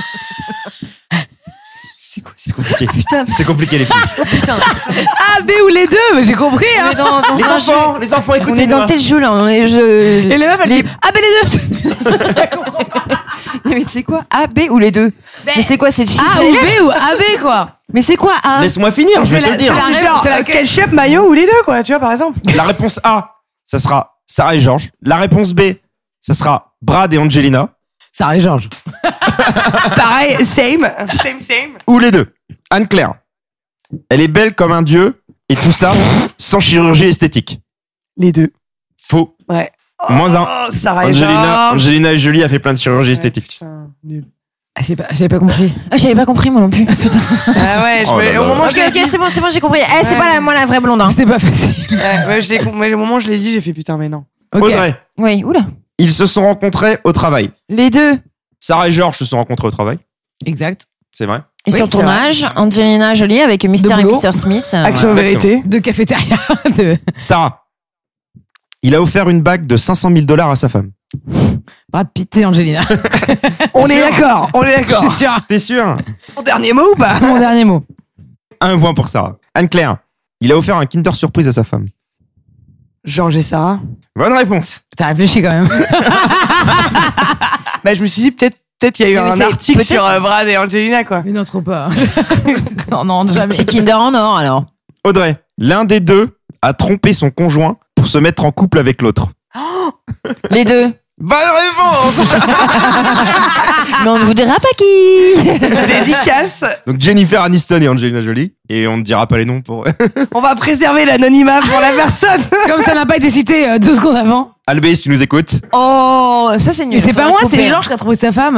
C'est quoi C'est compliqué. Putain. C'est compliqué les filles. Oh putain. A, B ou les deux, mais j'ai compris. On Hein. est dans, dans Les un enfants, jeu. les enfants, On est dans écoutez-moi. tel jeu là. On est jeu. Et les meufs, elles Les- disent A, B les deux. Mais c'est quoi A, B ou les deux? Mais c'est quoi c'est A ou B ou A B quoi. Mais c'est quoi A? Laisse-moi finir, je C'est vais te la- le dire. c'est la- C'est genre c'est euh, laquelle ketchup, mayo ou les deux, quoi, tu vois, par exemple. La réponse A, ça sera Sarah et Georges. La réponse B, ça sera Brad et Angelina. Sarah et Georges. Pareil, same, same, same. Ou les deux. Anne-Claire. Elle est belle comme un dieu et tout ça sans chirurgie esthétique. Les deux. Faux. Ouais. Moins un. Oh, Sarah et Angelina, Georges. Angelina et Julie a fait plein de chirurgie esthétique. Putain, nul. Ah, j'ai pas, j'avais pas compris. Ah, j'avais pas compris moi non plus. Putain. Ah ouais, je Oh me- là là. au moment où Ok je l'ai ok dit, c'est bon c'est bon j'ai compris. Eh c'est Ouais. pas la, moi la vraie blonde. Hein. C'était pas facile. ouais, ouais, je l'ai com- mais au moment où je l'ai dit, j'ai fait putain, mais non. Ok. Audrey. Oui oula. Ils se sont rencontrés au travail. Les deux. Sarah et Georges se sont rencontrés au travail. Exact. C'est vrai. Et Oui, sur le c'est tournage, Angelina Jolie avec Mister et boulot. Mister Smith. euh, Action exactement. vérité. De cafétéria. De Sarah. Il a offert une bague de cinq cent mille dollars à sa femme. Brad Pitt et Angelina. On est d'accord, on est Je d'accord. suis sûre. T'es sûr? Ton dernier mot ou pas? Mon dernier mot. Un point pour Sarah. Anne-Claire. Il a offert un Kinder Surprise à sa femme. Georges et Sarah. Bonne réponse. T'as réfléchi quand même. Bah, je me suis dit, peut-être, peut-être il y a eu Mais un c'est- article peut-être- sur euh, Brad et Angelina, quoi. Mais non, trop pas. non, non, jamais. Petit Kinder en or alors. Audrey. L'un des deux a trompé son conjoint pour se mettre en couple avec l'autre. Les deux. Bonne réponse. Mais on ne vous dira pas qui. Dédicace. Donc Jennifer Aniston et Angelina Jolie. Et on ne dira pas les noms pour... On va préserver l'anonymat pour la personne. Comme ça n'a pas été cité euh, deux secondes avant. Albé, si tu nous écoutes. Oh ça c'est nul. Mais c'est pas Faudrait moi, couper. c'est Georges qui a trouvé sa femme.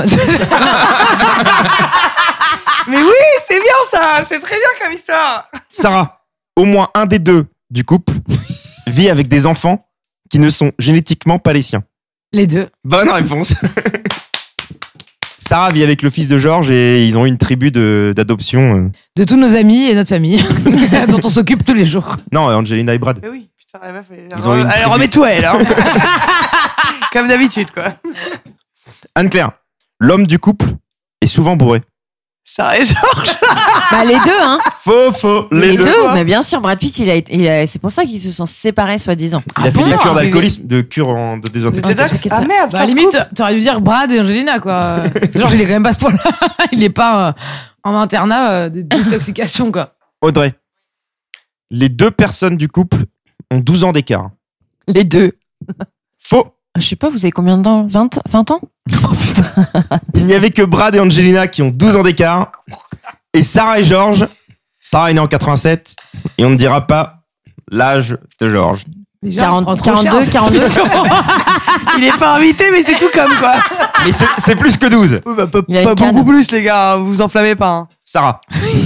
Mais oui, c'est bien ça. C'est très bien comme histoire. Sarah. Au moins un des deux du couple vit avec des enfants qui ne sont génétiquement pas les siens. Les deux. Bonne réponse. Sarah vit avec le fils de Georges et ils ont une tribu de- d'adoption. euh. De tous nos amis et notre famille, dont on s'occupe tous les jours. Non, Angelina et Brad. Mais oui, putain, la meuf, elle, Ils ont une elle tribu. remet tout à elle. Hein. Comme d'habitude, quoi. Anne-Claire. L'homme du couple est souvent bourré. Sarah et Georges. Bah les deux hein. Faux, faux. Les, Les, deux. deux. Mais bien sûr Brad Pitt il a été. il a- C'est pour ça qu'ils se sont séparés soi-disant. Il a fait bon des cures Ah, d'alcoolisme, de cure en, de désintoxication. c'est que Ah ça. merde, Bah, à la putain, limite, scoop. t'aurais dû dire Brad et Angelina, quoi. Georges, il est quand même pas à ce point-là. Il est pas euh, en internat euh, de détoxication, quoi. Audrey. Les deux personnes du couple ont douze ans d'écart. Les deux. Faux. Je sais pas vous avez combien de temps vingt, vingt ans. Il n'y avait que Brad et Angelina qui ont douze ans d'écart. Et Sarah et Georges. Sarah est née en quatre-vingt-sept. Et on ne dira pas l'âge de Georges. Mais Georges quarante, prend trop cher, quarante-deux, cette quarante-deux. émission. Il est pas invité, mais c'est tout comme, quoi. Mais c'est c'est plus que douze. Oui, bah, pas Il a pas une canne. beaucoup plus, les gars. Vous vous enflammez pas. Hein. Sarah.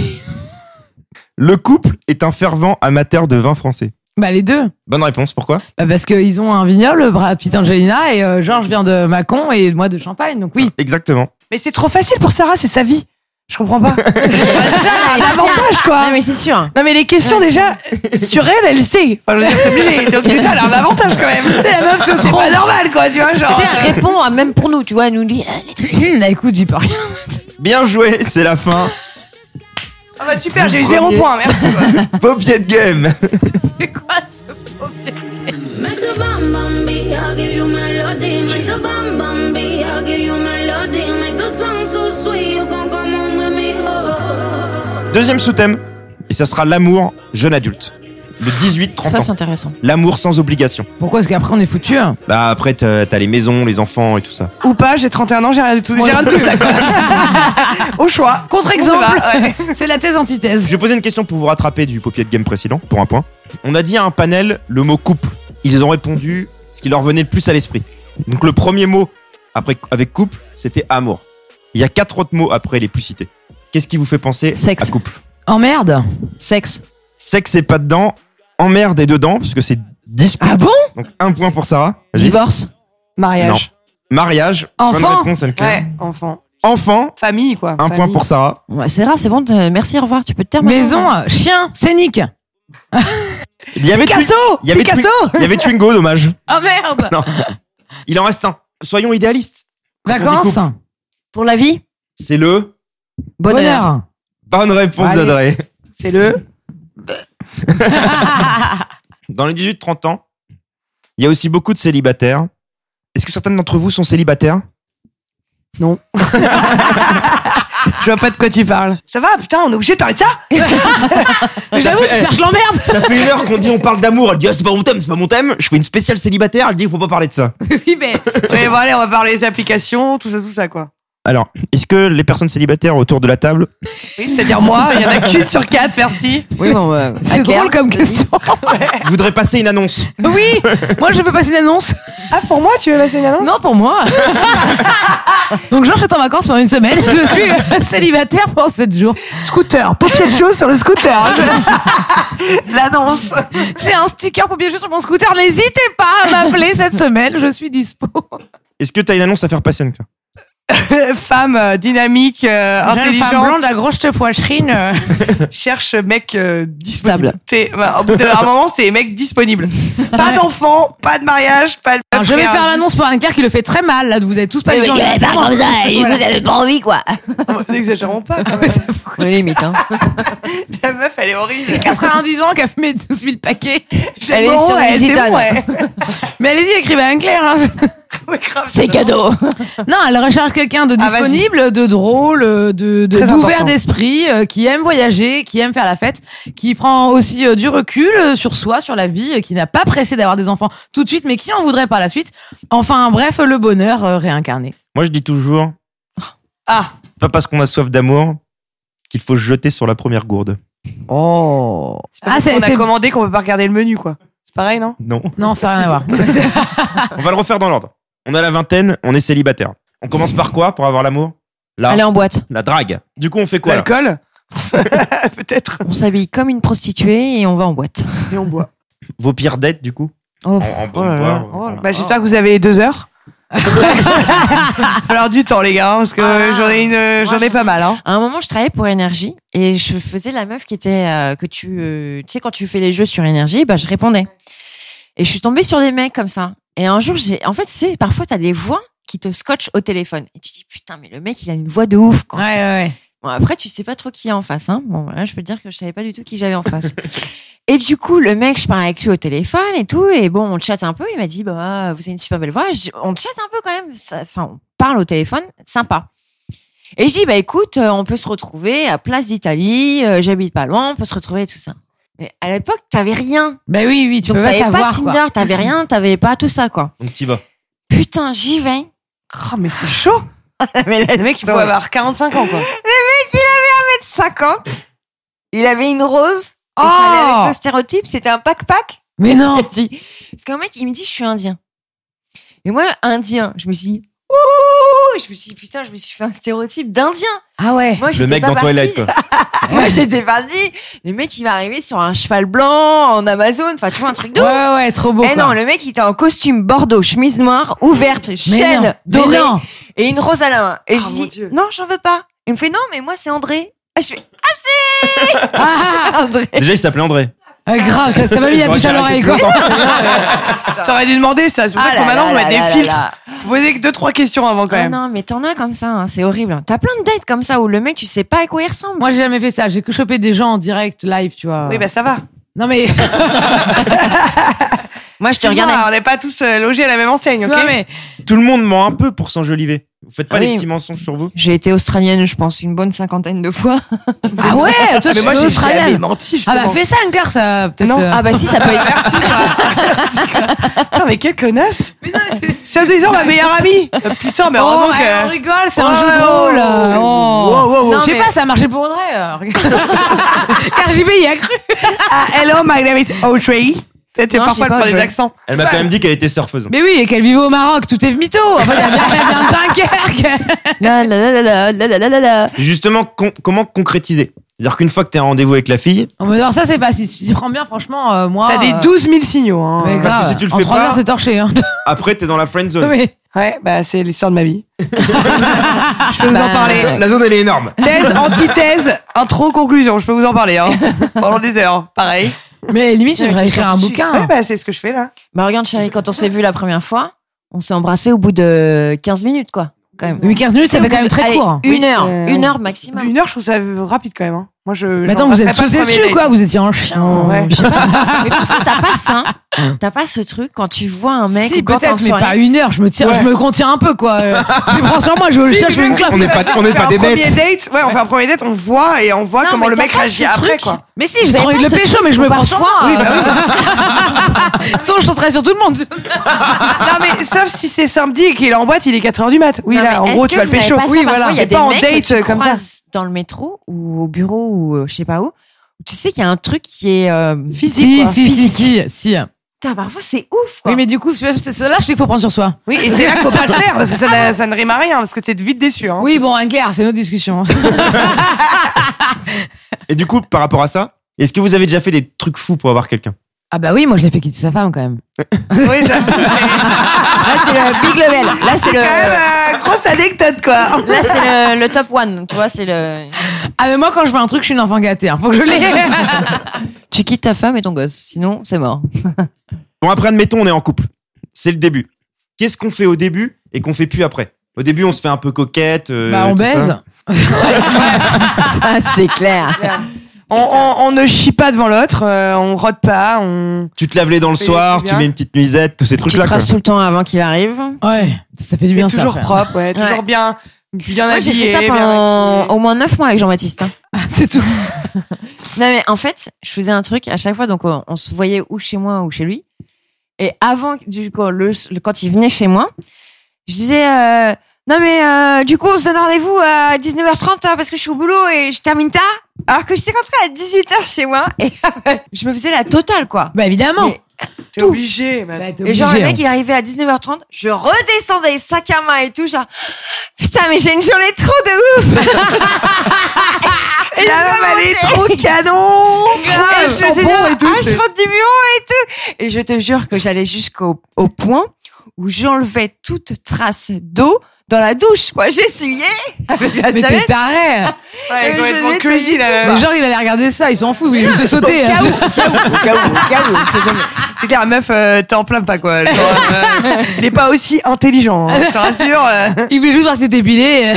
Le couple est un fervent amateur de vin français. Bah, les deux. Bonne réponse, pourquoi? Bah, parce qu'ils ont un vignoble, Brad Pitt, Angelina, et euh, Georges vient de Mâcon et moi de Champagne, donc oui. Exactement. Mais c'est trop facile pour Sarah, c'est sa vie. Je comprends pas. Déjà, elle a un avantage, quoi. Non mais c'est sûr. Non, mais les questions, déjà, sur elle, elle sait. Enfin, je veux dire, c'est obligé. Donc, déjà, elle a un avantage, quand même. C'est la meuf se C'est trompe. pas normal, quoi, tu vois, genre. Tu sais, elle répond à- même pour nous, tu vois, elle nous dit ah, les trucs. Bah, écoute, j'y peux rien. Bien joué, c'est la fin. Ah bah super, j'ai eu Premier. zéro point, merci. quoi. Popiette Game. C'est quoi ce pauvre? Make the bam bam beat, I'll give you melody. Make the bam bam beat, I'll give you melody. Make the song so sweet, you gon' come on with me. Oh. Deuxième sous-thème. Et ça sera l'amour jeune adulte. Le dix-huit trente Ça ans. c'est intéressant. L'amour sans obligation. Pourquoi? Parce qu'après, on est foutus. Hein. Bah après, t'as t'as les maisons, les enfants et tout ça. Ou pas, j'ai trente et un ans, j'ai rien du tout. J'ai rien de tout ça, quoi. Au choix. Contre-exemple, On y va, ouais. c'est la thèse-antithèse. Je vais poser une question pour vous rattraper du Popiette Game précédent, pour un point. On a dit à un panel le mot couple. Ils ont répondu ce qui leur venait le plus à l'esprit. Donc le premier mot après, avec couple, c'était amour. Il y a quatre autres mots après les plus cités. Qu'est-ce qui vous fait penser Sexe. à couple? Emmerde. Sexe. Sexe et pas dedans. emmerde est dedans, puisque c'est dispute. Ah bon? Donc un point pour Sarah. Vas-y. Divorce. Mariage. Non. Mariage. Enfant. Bonne réponse, Anne-Claire. Ouais, enfant. Enfant. Famille, quoi. Un Famille. point pour Sarah. Ouais, c'est rare, c'est bon. te- Merci, au revoir. Tu peux te taire. Maison, maintenant. chien, scénique. Il y avait Picasso Twi- il y avait Picasso Twi- Il y avait Twingo, dommage. Oh merde. Non. Il en reste un. Soyons idéalistes. Quand on dit Vacances. couple, Pour la vie. C'est le. Bonheur. Bonheur. Bonne réponse Allez. d'Adré. C'est le. Dans les dix-huit trente ans, il y a aussi beaucoup de célibataires. Est-ce que certains d'entre vous sont célibataires? Non. Je vois pas de quoi tu parles. Ça va, putain, on est obligé de parler de ça? J'avoue, tu fait- cherches l'emmerde. Ça fait une heure qu'on dit on parle d'amour. Elle dit ah, c'est pas mon thème, c'est pas mon thème. Je fais une spéciale célibataire. Elle dit il faut pas parler de ça. Oui, mais. Ouais, bon, allez, on va parler des applications, tout ça, tout ça, quoi. Alors, est-ce que les personnes célibataires autour de la table, Oui, c'est-à-dire moi, il y en a qu'une sur quatre, merci. Oui, bon, ouais. C'est Claire. drôle comme question. voudraient passer une annonce? Oui, moi je veux passer une annonce. Ah, pour moi, tu veux passer une annonce? Non, pour moi. Donc, Georges est en vacances pendant une semaine. Je suis euh, célibataire pendant sept jours. Scooter, paupières de chaud sur le scooter. Je- L'annonce. J'ai un sticker pour bien jouer sur mon scooter. N'hésitez pas à m'appeler cette semaine. Je suis dispo. Est-ce que t'as une annonce à faire passer, Anne-Claire? Femme euh, dynamique, euh, Jeune femme intelligente, blonde à grosse poitrine. euh. cherche mec euh, disponible. Stable. T'es- bah, au bout d'un moment, c'est mec disponible. Pas d'enfant, pas de mariage, pas de. Alors, je vais faire l'annonce pour Anne-Claire qui le fait très mal. Là, vous êtes tous pas Oui, du mais genre- tu l'avais pas comme ça, et du coup, Voilà. vous avez pas envie, quoi. N'exagérons pas. Quand même. Oui, limite, hein. La meuf, elle est horrible. quatre-vingt-dix ans qui a fumé douze mille paquets. J'ai Elle est bon, sur ouais, c'est Digitale. bon, ouais. Mais allez-y, écrivez à Anne-Claire. hein. Ouais, grave, C'est vraiment. cadeau. Non, elle recherche quelqu'un de Ah, vas-y. disponible, de drôle, de, de Très d'ouvert important. d'esprit, euh, qui aime voyager, qui aime faire la fête, qui prend aussi euh, du recul euh, sur soi, sur la vie, euh, qui n'a pas pressé d'avoir des enfants tout de suite, mais qui en voudrait par la suite. Enfin, bref, le bonheur euh, réincarné. Moi, je dis toujours, Ah, pas parce qu'on a soif d'amour qu'il faut se jeter sur la première gourde. Oh. c'est pas Ah, parce c'est, qu'on a c'est... commandé qu'on peut pas regarder le menu, quoi. C'est pareil, non? Non. Non, ça n'a rien à voir. On va le refaire dans l'ordre. On a la vingtaine, on est célibataire. On commence par quoi pour avoir l'amour? Là, Allez en boîte. la drague. Du coup, on fait quoi là? L'alcool? Peut-être. On s'habille comme une prostituée et on va en boîte. Et on boit. Vos pires dettes, du coup? Oh, En, en bon oh là là. boire, Oh là en- là. Bah, j'espère que vous avez deux heures. Alors du temps, les gars, hein, parce que Ah. j'en ai une, j'en ai pas mal, hein. À un moment, je travaillais pour Énergie et je faisais la meuf qui était euh, que tu, euh, tu sais, quand tu fais les jeux sur Énergie, bah je répondais. Et je suis tombée sur des mecs comme ça. Et un jour, j'ai, en fait, c'est parfois t'as des voix qui te scotchent au téléphone et tu dis putain, mais le mec, il a une voix de ouf, quoi. Ouais, ouais, ouais. Bon, après, tu sais pas trop qui est en face, hein. Bon, là, je peux te dire que je savais pas du tout qui j'avais en face. Et du coup, le mec, je parlais avec lui au téléphone et tout, et bon, on chatte un peu. Il m'a dit, bah, vous avez une super belle voix. Je dis, on chatte un peu quand même. Ça- Enfin, on parle au téléphone, sympa. Et je dis, bah, écoute, euh, on peut se retrouver à Place d'Italie. euh, J'habite pas loin, on peut se retrouver tout ça. Mais à l'époque, t'avais rien. Bah oui, oui, tu Donc, peux pas t'avais savoir. pas quoi. Tinder, t'avais rien, t'avais pas tout ça, quoi. Donc, t'y vas. Putain, j'y vais. Oh, mais c'est chaud. Mais Le mec, il faut avoir quarante-cinq ans, quoi. cinquante. Il avait une rose. Oh. Et ça allait avec le stéréotype, c'était un pack-pack. Mais non. J'ai dit- Parce qu'un mec, il me dit, je suis indien. Et moi, indien, je me suis dit, ouh, je me suis dit, putain, je me suis fait un stéréotype d'indien. Ah ouais. Moi, Le j'étais mec pas dans partie. Twilight, quoi. Moi, j'étais partie. Le mec, il va arriver sur un cheval blanc en Amazon. Enfin, tu vois, un truc de Ouais, ouf. ouais, ouais, trop beau. Eh quoi. non, le mec, il était en costume bordeaux, chemise noire, ouverte, Mais chaîne non. dorée Mais non. et une rose à la main. Et Ah, je mon dis, Dieu. non, j'en veux pas. Il me fait, non, mais moi, c'est André. Et je fais, Ah, André. Déjà, il s'appelait André. ah, grave, ça ça m'a mis la puce à l'oreille, quoi. T'aurais dû demander ça. C'est pour ça Ah qu'il faut là maintenant là on met là des là filtres. là. Posez que deux, trois questions avant, quand Ah même. non, mais t'en as comme ça, hein, c'est horrible. T'as plein de dates comme ça où le mec, tu sais pas à quoi il ressemble. Moi, j'ai jamais fait ça. J'ai que chopé des gens en direct, live, tu vois. Oui, bah, ça va. Non, mais. Moi, je te Excuse-moi, regardais. on n'est pas tous euh, logés à la même enseigne, ok? Non, mais. Tout le monde ment un peu pour s'enjoliver. Vous faites pas Ah des oui. petits mensonges sur vous? J'ai été australienne, je pense, une bonne cinquantaine de fois. Ah ouais, toi, Mais tu moi, es j'ai jamais australienne. menti, Ah justement. bah, fais ça, Anne-Claire, ça. Peut-être. Non. euh, Ah bah si, ça peut être. Merci, quoi. Putain, mais quelle connasse. Mais non, mais c'est. C'est disant ma meilleure amie. Euh, Putain, mais Oh, heureusement ouais, on que. rigole, c'est un Ouais, jeu ouais, de rôle. ouais, ouais. Oh. Wow, wow, wow. Je sais Non, pas, mais- ça a marché pour Audrey. euh, regarde. Car J B y a cru. Ah, hello, my name is Audrey. C'était Non, parfois je sais le pas, prend des Audrey. accents. Elle m'a quand même dit qu'elle était surfeuse. Mais oui, et qu'elle vivait au Maroc, tout est mytho. Enfin, il y a bien, elle vient de Dunkerque. La la la la la la la la la. Justement, con- comment concrétiser? C'est-à-dire qu'une fois que t'es en rendez-vous avec la fille. Oh, mais non, ça c'est pas si tu t'y prends bien, franchement, euh, moi. T'as des euh... douze mille signaux. Hein. Mais Parce grave, que si tu le en fais trois pas. heures, c'est torché. Hein. Après, t'es dans la friend zone. Oui. Ouais, bah c'est l'histoire de ma vie. Je peux vous Bah, en parler. La zone, elle est énorme. Thèse, antithèse, intro, conclusion. Je peux vous en parler. Hein. Pendant des heures. Pareil. Mais limite, je Ouais, devrais tu écrire sors un tout de bouquin. Ouais, bah c'est ce que je fais là. Bah regarde chérie, quand on s'est vu la première fois, on s'est embrassé au bout de quinze minutes quoi. Quand même. Oui, quinze minutes, ça C'est fait au quand bout même de- très allez, court. Une Oui, heure, c'est- une heure maximum. Une heure, je trouve ça rapide quand même. Hein. Moi, je. Mais attends, vous êtes sauté dessus quoi, vous étiez en chien. Ouais. Mais parfois t'as pas ça, t'as pas ce truc quand tu vois un mec Si, ou quand t'es en peut-être, mais soirée. pas une heure. Je me tire, Ouais. je me contiens un peu quoi. Euh, Je prends sur moi, je vais au chien, je fais une clope. On n'est pas, on n'est On pas fait des un premier bêtes. date, ouais, on fait un premier date, on voit et on voit Non, comment mais le t'as mec pas réagit ce après, truc. quoi. Mais si, j'ai Vous trop avez envie de pas le ce pécho, mais je me truc prends où sur parfois- moi. Oui, bah oui. Sinon, je chanterais sur tout le monde. Non, mais sauf si c'est samedi et qu'il est en boîte, il est quatre heures du mat. Oui, Non, là, mais en est-ce gros, que tu vas le vous n'avez pécho. pas ça, Oui, parfois, voilà. il y a Mais des pas en mecs que date, tu comme ça. croises dans le métro ou au bureau ou euh, je sais pas où. Tu sais qu'il y a un truc qui est euh, Physique, Si, quoi. si, si, Physique. si, si. Putain, parfois c'est ouf quoi. Oui, mais du coup, c'est c'est cela, je qu'il faut prendre sur soi. Oui, et c'est là qu'il faut pas le faire parce que ça, n'a- ça ne rime à rien parce que t'es vite déçu. Hein. Oui, bon, Anne-Claire, c'est une autre discussion. Et du coup, par rapport à ça, est-ce que vous avez déjà fait des trucs fous pour avoir quelqu'un? Ah bah oui, moi je l'ai fait quitter sa femme quand même. Oui, j'avoue. Là c'est le big level. Là c'est C'est le quand même euh, grosse anecdote, quoi. là c'est le, le top one. Tu vois c'est le. Ah mais moi quand je fais un truc, je suis une enfant gâtée. Hein. Faut que je l'ai. Tu quittes ta femme et ton gosse, sinon c'est mort. Bon, après, admettons, on est en couple. C'est le début. Qu'est-ce qu'on fait au début et qu'on fait plus après? Au début, on se fait un peu coquette. euh, Bah on tout baise. ça. Ça c'est clair. On, on, on ne chie pas devant l'autre, euh, on rote pas, on. Tu te laves les dents le Fait- soir, fait tu bien. mets une petite nuisette, tous ces Tu trucs-là. te quoi. rasses tout le temps avant qu'il arrive. Ouais, ça fait du T'es bien ça. toujours frère. propre, ouais, toujours Ouais. bien, bien Moi j'ai habillé. fait ça bien pendant maquillé. au moins neuf mois avec Jean-Baptiste. hein. Ah, c'est tout. Non mais en fait, je faisais un truc à chaque fois, donc on, on se voyait ou chez moi ou chez lui. Et avant, du coup, le, le- quand il venait chez moi, je disais euh, non mais euh, du coup on se donne rendez-vous à dix-neuf heures trente hein, parce que je suis au boulot et je termine tard. Alors que je suis rentrée à dix-huit heures chez moi et je me faisais la totale quoi. Bah évidemment. Mais- T'es obligé. bah. Bah, t'es Et genre le obligé, mec il arrivait à dix-neuf heures trente, je redescendais sac à main et tout genre putain mais j'ai une journée trop de ouf. Et la meuf, elle est trop canon. Et je Ils sont faisais bons genre, et tout, ah, c'est- je rentre du bureau et tout. Et je te jure que j'allais jusqu'au au point où j'enlevais toute trace d'eau dans la douche, quoi. J'essuyais avec la Mais t'es savette. taré. Ouais, Et complètement je crazy, là. Mais genre il allait regarder ça, il s'en fout, il est juste sauter. Au cas où, au cas où, au cas où, au cas où, c'est jamais- C'est clair, meuf, euh, t'es en plein pas, quoi. Genre, euh, il est pas aussi intelligent, hein, je te rassure. euh. Il voulait juste voir que t'étais pilé.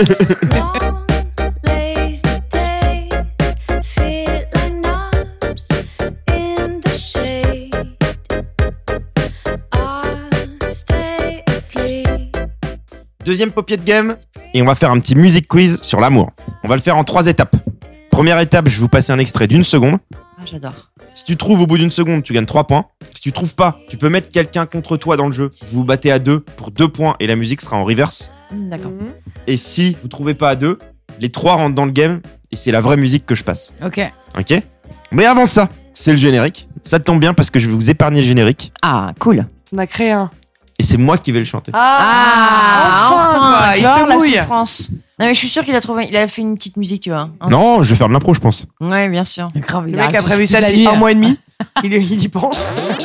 Deuxième papier de game, et on va faire un petit music quiz sur l'amour. On va le faire en trois étapes. Première étape, je vais vous passer un extrait d'une seconde. Ah, j'adore. Si tu trouves au bout d'une seconde, tu gagnes trois points. Si tu trouves pas, tu peux mettre quelqu'un contre toi dans le jeu. Vous vous battez à deux pour deux points et la musique sera en reverse. Hum, D'accord. Et si vous trouvez pas à deux, les trois rentrent dans le game et c'est la vraie musique que je passe. Ok. Ok? Mais avant ça, c'est le générique. Ça tombe bien parce que je vais vous épargner le générique Ah, cool. T'en as créé un. et c'est moi qui vais le chanter. Ah, enfin, quoi, tu il vois, se la mouille. souffrance. Non mais je suis sûre qu'il a trouvé, il a fait une petite musique, tu vois. Un Non, je vais faire de l'impro, je pense. truc. Ouais, bien sûr. Grave, Le il mec a prévu toute ça la depuis nuit, un hein. mois et demi. Il, il y pense.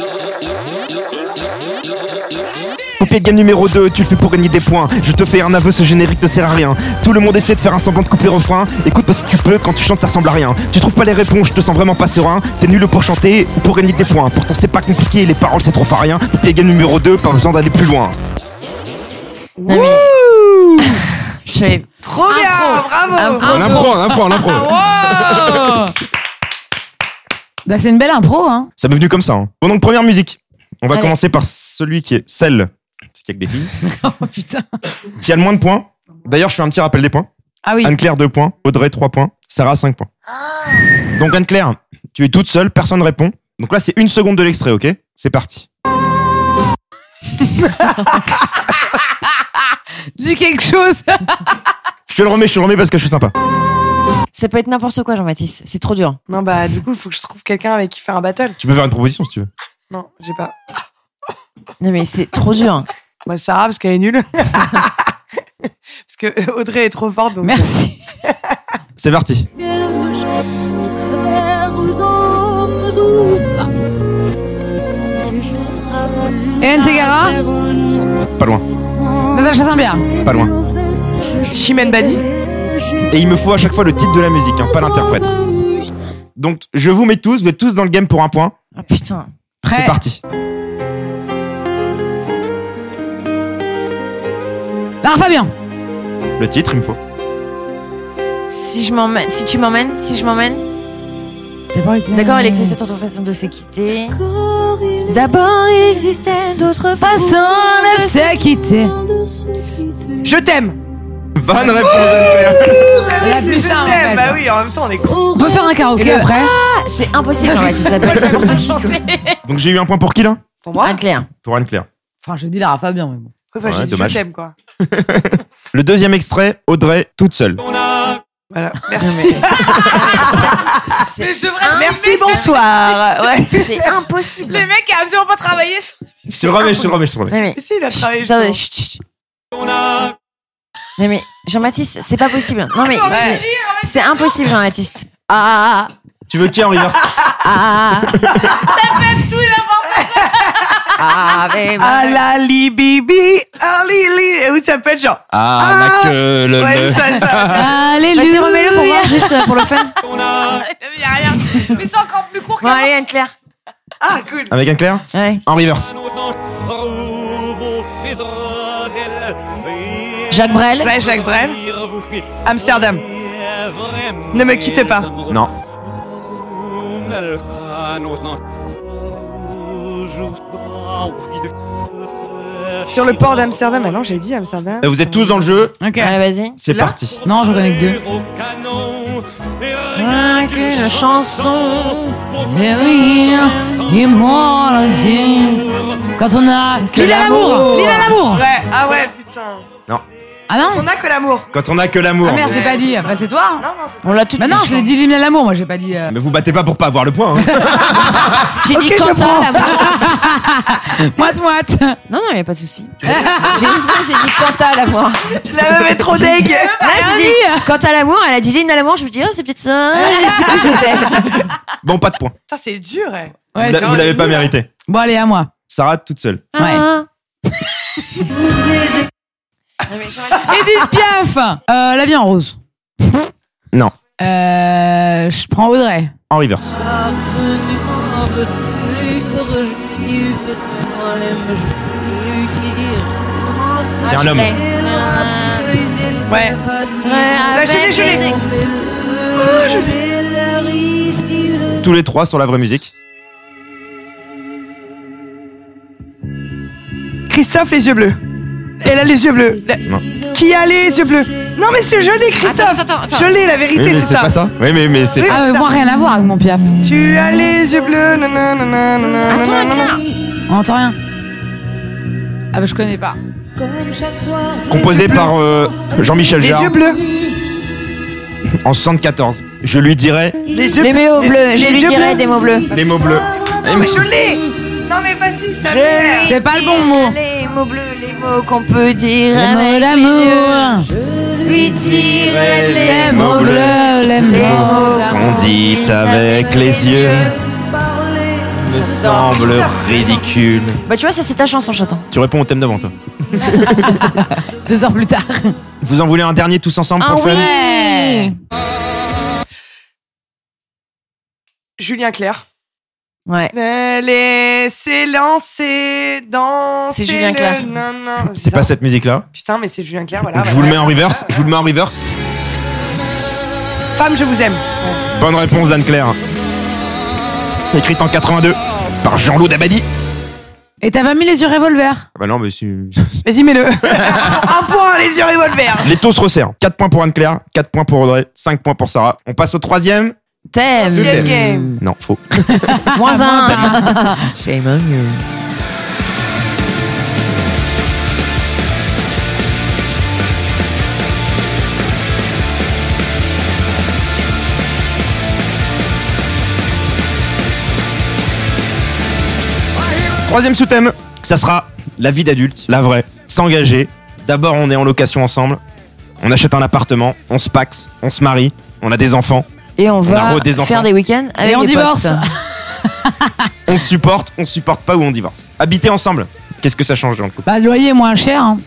Papier de game numéro deux, tu le fais pour gagner des points. Je te fais un aveu, ce générique ne sert à rien. Tout le monde essaie de faire un semblant de couper refrain. Écoute pas si tu peux, quand tu chantes ça ressemble à rien. Tu trouves pas les réponses, je te sens vraiment pas serein. T'es nul pour chanter ou pour gagner des points. Pourtant c'est pas compliqué, les paroles c'est trop farien. Papier de game numéro deux, pas besoin d'aller plus loin. Non mais. Je savais. Trop bien, bravo. Impro. En impro, en impro, en impro. Wow. Bah c'est une belle impro, hein. Ça m'est venu comme ça. Hein. Bon donc première musique. On va Allez. commencer par celui qui est celle, parce qu'il y a que des filles, Oh putain. qui a le moins de points. D'ailleurs je fais un petit rappel des points. Ah oui. Anne-Claire deux points, Audrey trois points, Sarah cinq points. Donc Anne-Claire, tu es toute seule, personne ne répond. Donc là c'est une seconde de l'extrait, ok? C'est parti. Dis quelque chose. Je te le remets, je te le remets parce que je suis sympa. Ça peut être n'importe quoi, Jean-Baptiste. C'est trop dur. Non, bah, du coup, il faut que je trouve quelqu'un avec qui faire un battle. Tu peux faire une proposition si tu veux. Non, j'ai pas. Non mais c'est trop dur. Moi, Sarah, parce qu'elle est nulle. Parce que Audrey est trop forte. Donc... Merci. C'est parti. Give Hélène Ségara. Pas loin. Natacha Saint-Pierre. Pas loin. Chimène Badi. Et il me faut à chaque fois le titre de la musique, hein, pas l'interprète. Donc, je vous mets tous, vous êtes tous dans le game pour un point. Ah putain. Prêt. C'est parti. Lara Fabian. Le titre, il me faut. Si je m'emmène, si tu m'emmènes, si je m'emmène. D'abord, il était- D'accord, il existait d'autres façons de se quitter. D'abord, il existait d'autres façons de se quitter. Je t'aime. Bonne réponse, Anne-Claire. Bah oui, La c'est plus je simple, t'aime. en fait. Bah oui, en même temps, on est con. On peut faire un karaoké Et le- après. Ah, c'est impossible en fait, il s'appelle n'importe qui. Donc, j'ai eu un point pour qui, là? Pour moi. Anne-Claire. Pour Anne-Claire. Enfin, j'ai dit Lara Fabian, mais bon. Pourquoi Ouais, j'ai dit dommage. je t'aime, quoi. Le deuxième extrait, Audrey, toute seule. Voilà. Merci. C'est Merci, bonsoir. Ouais. c'est impossible. Le mec a absolument pas travaillé. Je te le remets, je te le remets, je te le remets. Mais, mais, Si, il a travaillé. attendez, justement. chut, chut. Non mais Jean-Baptiste, c'est pas possible. Non mais c'est- c'est impossible Jean-Baptiste. Ah Tu veux qui en reverse? ah. Ah mais Ah la li bibi, ah li li. Et où ça peut être genre. Ah, Ah, la queue, le Ouais, le. ça, ça. Alléluia. Vas-y remets-le pour voir juste euh, pour le fun. Il y a rien. Mais c'est encore plus court que Bon allez Anne-Claire. Ah, cool. Avec Anne-Claire? Ouais. En reverse. Jacques Brel. Ouais, Jacques Brel. Amsterdam. Ne me quitte pas. Non. Sur le port d'Amsterdam. Ah non, j'ai dit Amsterdam. Vous êtes tous dans le jeu. Ok. Allez vas-y. C'est Là parti. Non, j'en connais que deux. Rien qu'une chanson. Et rire, et moi la tienne. Quand on a. Lila l'amour. Lila l'amour. Ouais, ah ouais, putain. Ah non. On a que l'amour. Quand on a que l'amour. Ah merde, je l'ai pas dit. Enfin, c'est toi. Non, non, c'est On l'a tout Bah non, je l'ai dit Lila l'amour. Moi, j'ai pas dit. euh, Mais vous battez pas pour pas avoir le point. Hein. J'ai Ok, dit je Quentin prends. Moite l'amour. moite. Non non, il y a pas de souci. J'ai dit j'ai dit Quentin l'amour. La meuf est trop deg. Là, j'ai dit Quentin l'amour, elle a dit Lina l'amour, je me dis oh, c'est peut-être ça. Peut-être. Bon, pas de point. Putain, c'est dur, eh. Ouais, Vous l'a- c'est vous vrai. l'avez pas mérité. Bon, allez, à moi. Sarah toute seule. Ouais. Non, mais Jean-Baptiste, Edith Piaf. Euh, La vie en rose. Non. Euh, je prends Audrey. En reverse. C'est un homme. Ouais. Ouais. Ouais, je l'ai, je l'ai. avec- Tous les trois sur la vraie musique. Christophe, les yeux bleus. Elle a les yeux bleus. Non. Qui a les yeux bleus? Non, mais c'est joli, Christophe. Attends, attends, attends. Je l'ai, la vérité, Oui, mais c'est c'est ça. pas ça. Oui, mais, mais c'est. Oui, Ah, mais moi, rien à voir avec mon Piaf. Tu as les yeux bleus. Nanana, nanana, Attends, nanana. Anne-Claire. On entend rien. Ah, bah, je connais pas. Composé par euh, Jean-Michel Les Jarre yeux bleus. en soixante-quatorze. Je lui dirais Les yeux Les mots bleus, je les lui yeux dirais bleus. des mots bleus. les mots bleus. Non, mais je l'ai. Non, mais vas-y, ça merde. C'est pas le bon mot. Les mots bleus, les mots qu'on peut dire Les mots avec d'amour. lui tirer les Les mots bleus, les mots Qu'on dit avec les yeux me semble ridicule. Bah tu vois, ça c'est ta chanson, chaton. Tu réponds au thème d'avant, toi. Deux heures plus tard. Vous en voulez un dernier tous ensemble Ah pour le fun oui. Julien Clerc. Ouais. Laissez lancer dans. C'est Julien Clerc. Non, non. C'est ça. pas cette musique-là. Putain, mais c'est Julien Clerc, voilà. Donc je voilà. vous le mets en reverse. Je vous le mets en reverse. Femme, je vous aime. Bonne réponse d'Anne-Claire. Écrite en quatre-vingt-deux par Jean-Loup Dabadi. Et t'as pas mis les yeux revolver? Ah bah non, mais c'est... Vas-y, mets-le. Un point, les yeux revolver. Les taux se resserrent. quatre points pour Anne-Claire, quatre points pour Audrey, cinq points pour Sarah. On passe au troisième. Thème. Game, game. Non, faux. Moins un. Shame on you. Troisième sous-thème, ça sera la vie d'adulte, la vraie, s'engager. D'abord, on est en location ensemble, on achète un appartement, on se pacte, on se marie, on a des enfants. Et on va a re des enfants. faire des week-ends avec Et on les divorce. potes. On se supporte, on se supporte pas ou on divorce. Habiter ensemble, qu'est-ce que ça change dans le couple? Bah, le loyer est moins cher. Hein.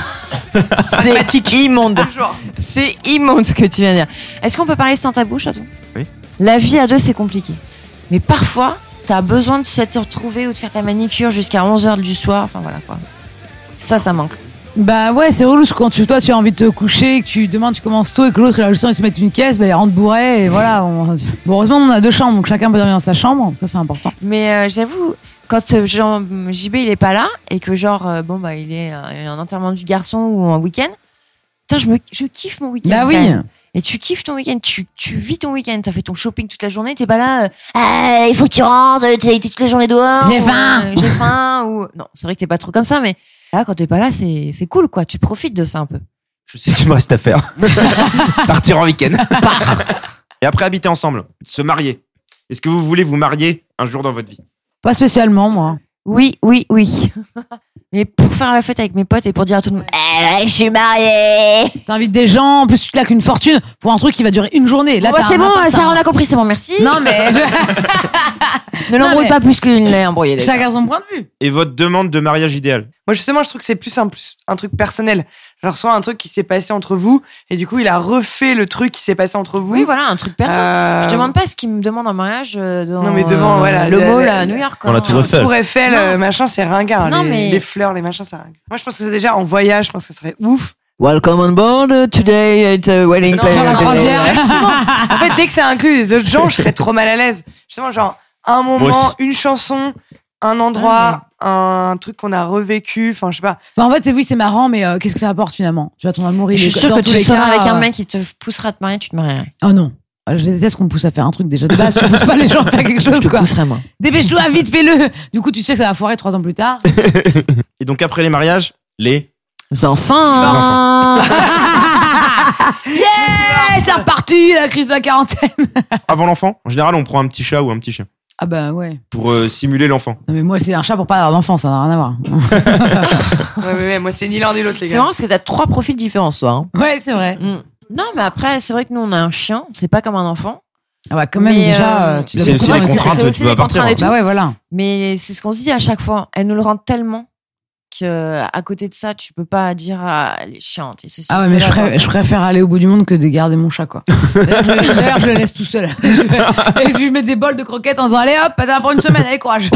C'est immonde. C'est immonde ce que tu viens de dire. Est-ce qu'on peut parler sans tabou, Chaton? Oui. La vie à deux, c'est compliqué. Mais parfois, t'as besoin de te retrouver ou de faire ta manicure jusqu'à onze heures du soir. Enfin voilà quoi. Ça, ça manque. Bah ouais, c'est relou quand tu, toi tu as envie de te coucher, que tu demain tu commences tôt et que l'autre il a le temps de se mettre une caisse, bah il rentre bourré et voilà. On... Bon, heureusement on a deux chambres donc chacun peut dormir dans sa chambre, en tout cas c'est important. Mais euh, j'avoue, quand euh, genre, J B il est pas là et que genre euh, bon bah il est euh, en enterrement du garçon ou en week-end, putain je me je kiffe mon week-end. Bah oui. Même. Et tu kiffes ton week-end, tu, tu vis ton week-end, t'as fait ton shopping toute la journée, t'es pas là, euh, ah, il faut que tu rentres, t'es, t'es toute la journée dehors. J'ai faim. Euh, j'ai faim ou non, c'est vrai que t'es pas trop comme ça, mais là quand t'es pas là, c'est c'est cool quoi, tu profites de ça un peu. Je sais ce qu'il me reste à faire. Partir en week-end. Et après habiter ensemble, se marier. Est-ce que vous voulez vous marier un jour dans votre vie? Pas spécialement moi. Oui, oui, oui. Mais pour faire la fête avec mes potes et pour dire à tout le monde, eh, je suis mariée. T'invites des gens, en plus tu te claques une fortune pour un truc qui va durer une journée. Là, Bon, bah, t'as c'est un bon, appart, ça un- on a compris, c'est bon, merci. Non mais Ne l'embrouille mais- pas plus qu'il ne l'a embrouillé. déjà. chacun son point de vue. Et votre demande de mariage idéal? Moi, justement, je trouve que c'est plus un, plus un truc personnel. Genre, soit un truc qui s'est passé entre vous, et du coup, il a refait le truc qui s'est passé entre vous. Oui, voilà, un truc perso. Euh, Je demande pas ce qu'il me demande en mariage euh, dans Non, mais devant, euh, voilà, le la- mall la- à New York. quoi. On a Tour Eiffel. Tour Eiffel, Non. euh, machin, c'est ringard. Non, les, mais- les fleurs, les machins, c'est ringard. Moi, je pense que c'est déjà en voyage, je pense que ce serait ouf. Welcome on board today at a wedding Non, planner sur la today. croisière. Justement, en fait, dès que ça inclut les autres gens, je serais trop mal à l'aise. Justement, genre, un Moi moment, aussi. une chanson, un endroit, un truc qu'on a revécu, enfin, je sais pas. Enfin, en fait, c'est oui, c'est marrant, mais euh, qu'est-ce que ça apporte finalement? Tu vois, ton amour, il Je est suis sûre dans que tous tu les seras cas, avec un euh, mec qui te poussera à te marier, tu te marierais. Oh non. Je déteste qu'on me pousse à faire un truc déjà de base. Tu pousses pas les gens à faire quelque chose, Je te quoi. pousserai moi. Dépêche-toi, vite, fais-le. Du coup, tu sais que ça va foirer trois ans plus tard. Et donc après les mariages, les... Enfants. Yeah, c'est reparti, la crise de la quarantaine. Avant l'enfant, en général, on prend un petit chat ou un petit chien Ah bah ouais. pour euh, simuler l'enfant. Non mais moi, c'est un chat pour pas avoir d'enfant, ça n'a rien à voir. Ouais, ouais, ouais, moi, c'est ni l'un ni l'autre, les C'est gars. marrant parce que t'as trois profils différents, toi. Hein. Ouais, c'est vrai. Mm. Non, mais après, c'est vrai que nous, on a un chien. C'est pas comme un enfant. Ah bah quand même, Mais, déjà, euh, euh, tu c'est dois aussi beaucoup des penser. contraintes, c'est tu aussi dois des partir, contraintes et Bah tout. ouais, voilà. Mais c'est ce qu'on se dit à chaque fois. Elle nous le rend tellement que à côté de ça, tu peux pas dire ah, elle est chiante et ceci. Ah ouais, mais je, cela, pré- quoi. je préfère aller au bout du monde que de garder mon chat, quoi. D'ailleurs, je, d'ailleurs, je le laisse tout seul. Je, et je lui mets des bols de croquettes en disant allez hop, t'as pour une semaine, allez courage.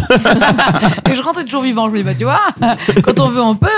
Et je rentre toujours vivant. Je me dis bah tu vois, quand on veut, on peut.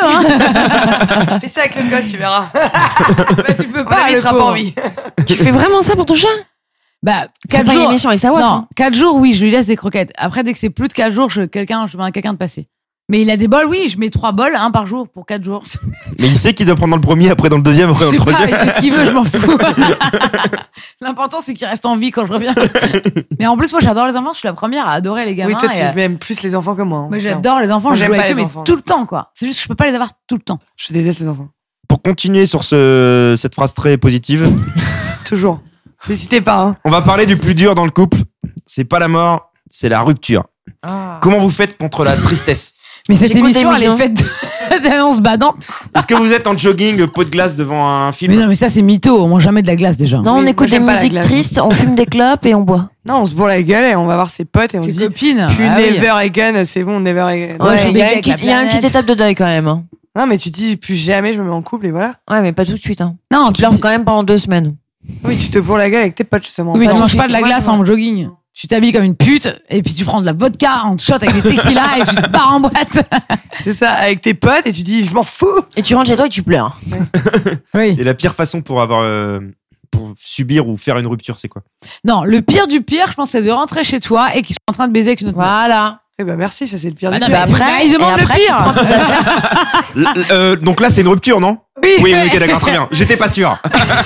Hein. Fais ça avec le gosse, tu verras. Bah, tu peux On pas. il le sera pas pauvre. en vie. Tu fais vraiment ça pour ton chat? Bah Fais quatre pas une jours. émission avec sa wife. Non, hein. quatre jours, oui, je lui laisse des croquettes. Après, dès que c'est plus de quatre jours, je quelqu'un, je demande à quelqu'un de passer. Mais il a des bols, oui, je mets trois bols, un par jour pour quatre jours. Mais il sait qu'il doit prendre dans le premier, après dans le deuxième, après dans Je le sais pas, troisième. il fait ce qu'il veut, je m'en fous. L'important, c'est qu'il reste en vie quand je reviens. Mais en plus, moi, j'adore les enfants. Je suis la première à adorer les gamins. Oui, toi, tu et, euh, aimes plus les enfants que moi. hein. moi, j'adore les enfants. Moi, Je j'aime joue pas avec eux, les mais enfants. tout le temps, quoi. C'est juste que je peux pas les avoir tout le temps. Je déteste les enfants. Pour continuer sur ce, cette phrase très positive, Toujours. N'hésitez pas, hein. on va parler du plus dur dans le couple. C'est pas la mort, c'est la rupture. Ah. Comment vous faites contre la tristesse? Mais cette J'écoute émission, elle est l'émission. faite de- d'annonces badantes. Est-ce que vous êtes en jogging, pot de glace devant un film? Mais non, mais ça, c'est mytho. On mange jamais de la glace déjà. Non, on Oui, écoute moi, des j'aime pas la musiques glace. tristes, on fume des clopes et on boit. Non, on se bourre la gueule et on va voir ses potes et on se Tes dit copines. plus Ah oui. never again, c'est bon, never again. Ouais, je Ouais, il y, a baisais une avec la petite- il y a une petite planète. étape de deuil quand même. Hein. Non, mais tu dis plus jamais je me mets en couple et voilà. Ouais, mais pas tout de suite. Hein. Non, Tu tu pleures quand même pendant deux semaines. Oui, tu te bourres la gueule avec tes potes justement. Oui, mais Pas tu tout manges de pas de la suite. Moi, glace je- en jogging. Tu t'habilles comme une pute et puis tu prends de la vodka en shot avec des tequila et tu te barres en boîte. C'est ça, avec tes potes et tu dis je m'en fous. Et tu rentres chez toi et tu pleures. Oui. Et la pire façon pour avoir, euh, pour subir ou faire une rupture, c'est quoi? Non, le pire du pire, je pense, c'est de rentrer chez toi et qu'ils sont en train de baiser avec une autre meuf. Voilà. Eh ben merci, ça c'est le pire Bah du non, pire. mais après, Bah, ils et demandent le après, tu pire. prends tes affaires. L- euh, donc là, c'est une rupture, non? Oui, Oui, ok, d'accord, très bien. J'étais pas sûr.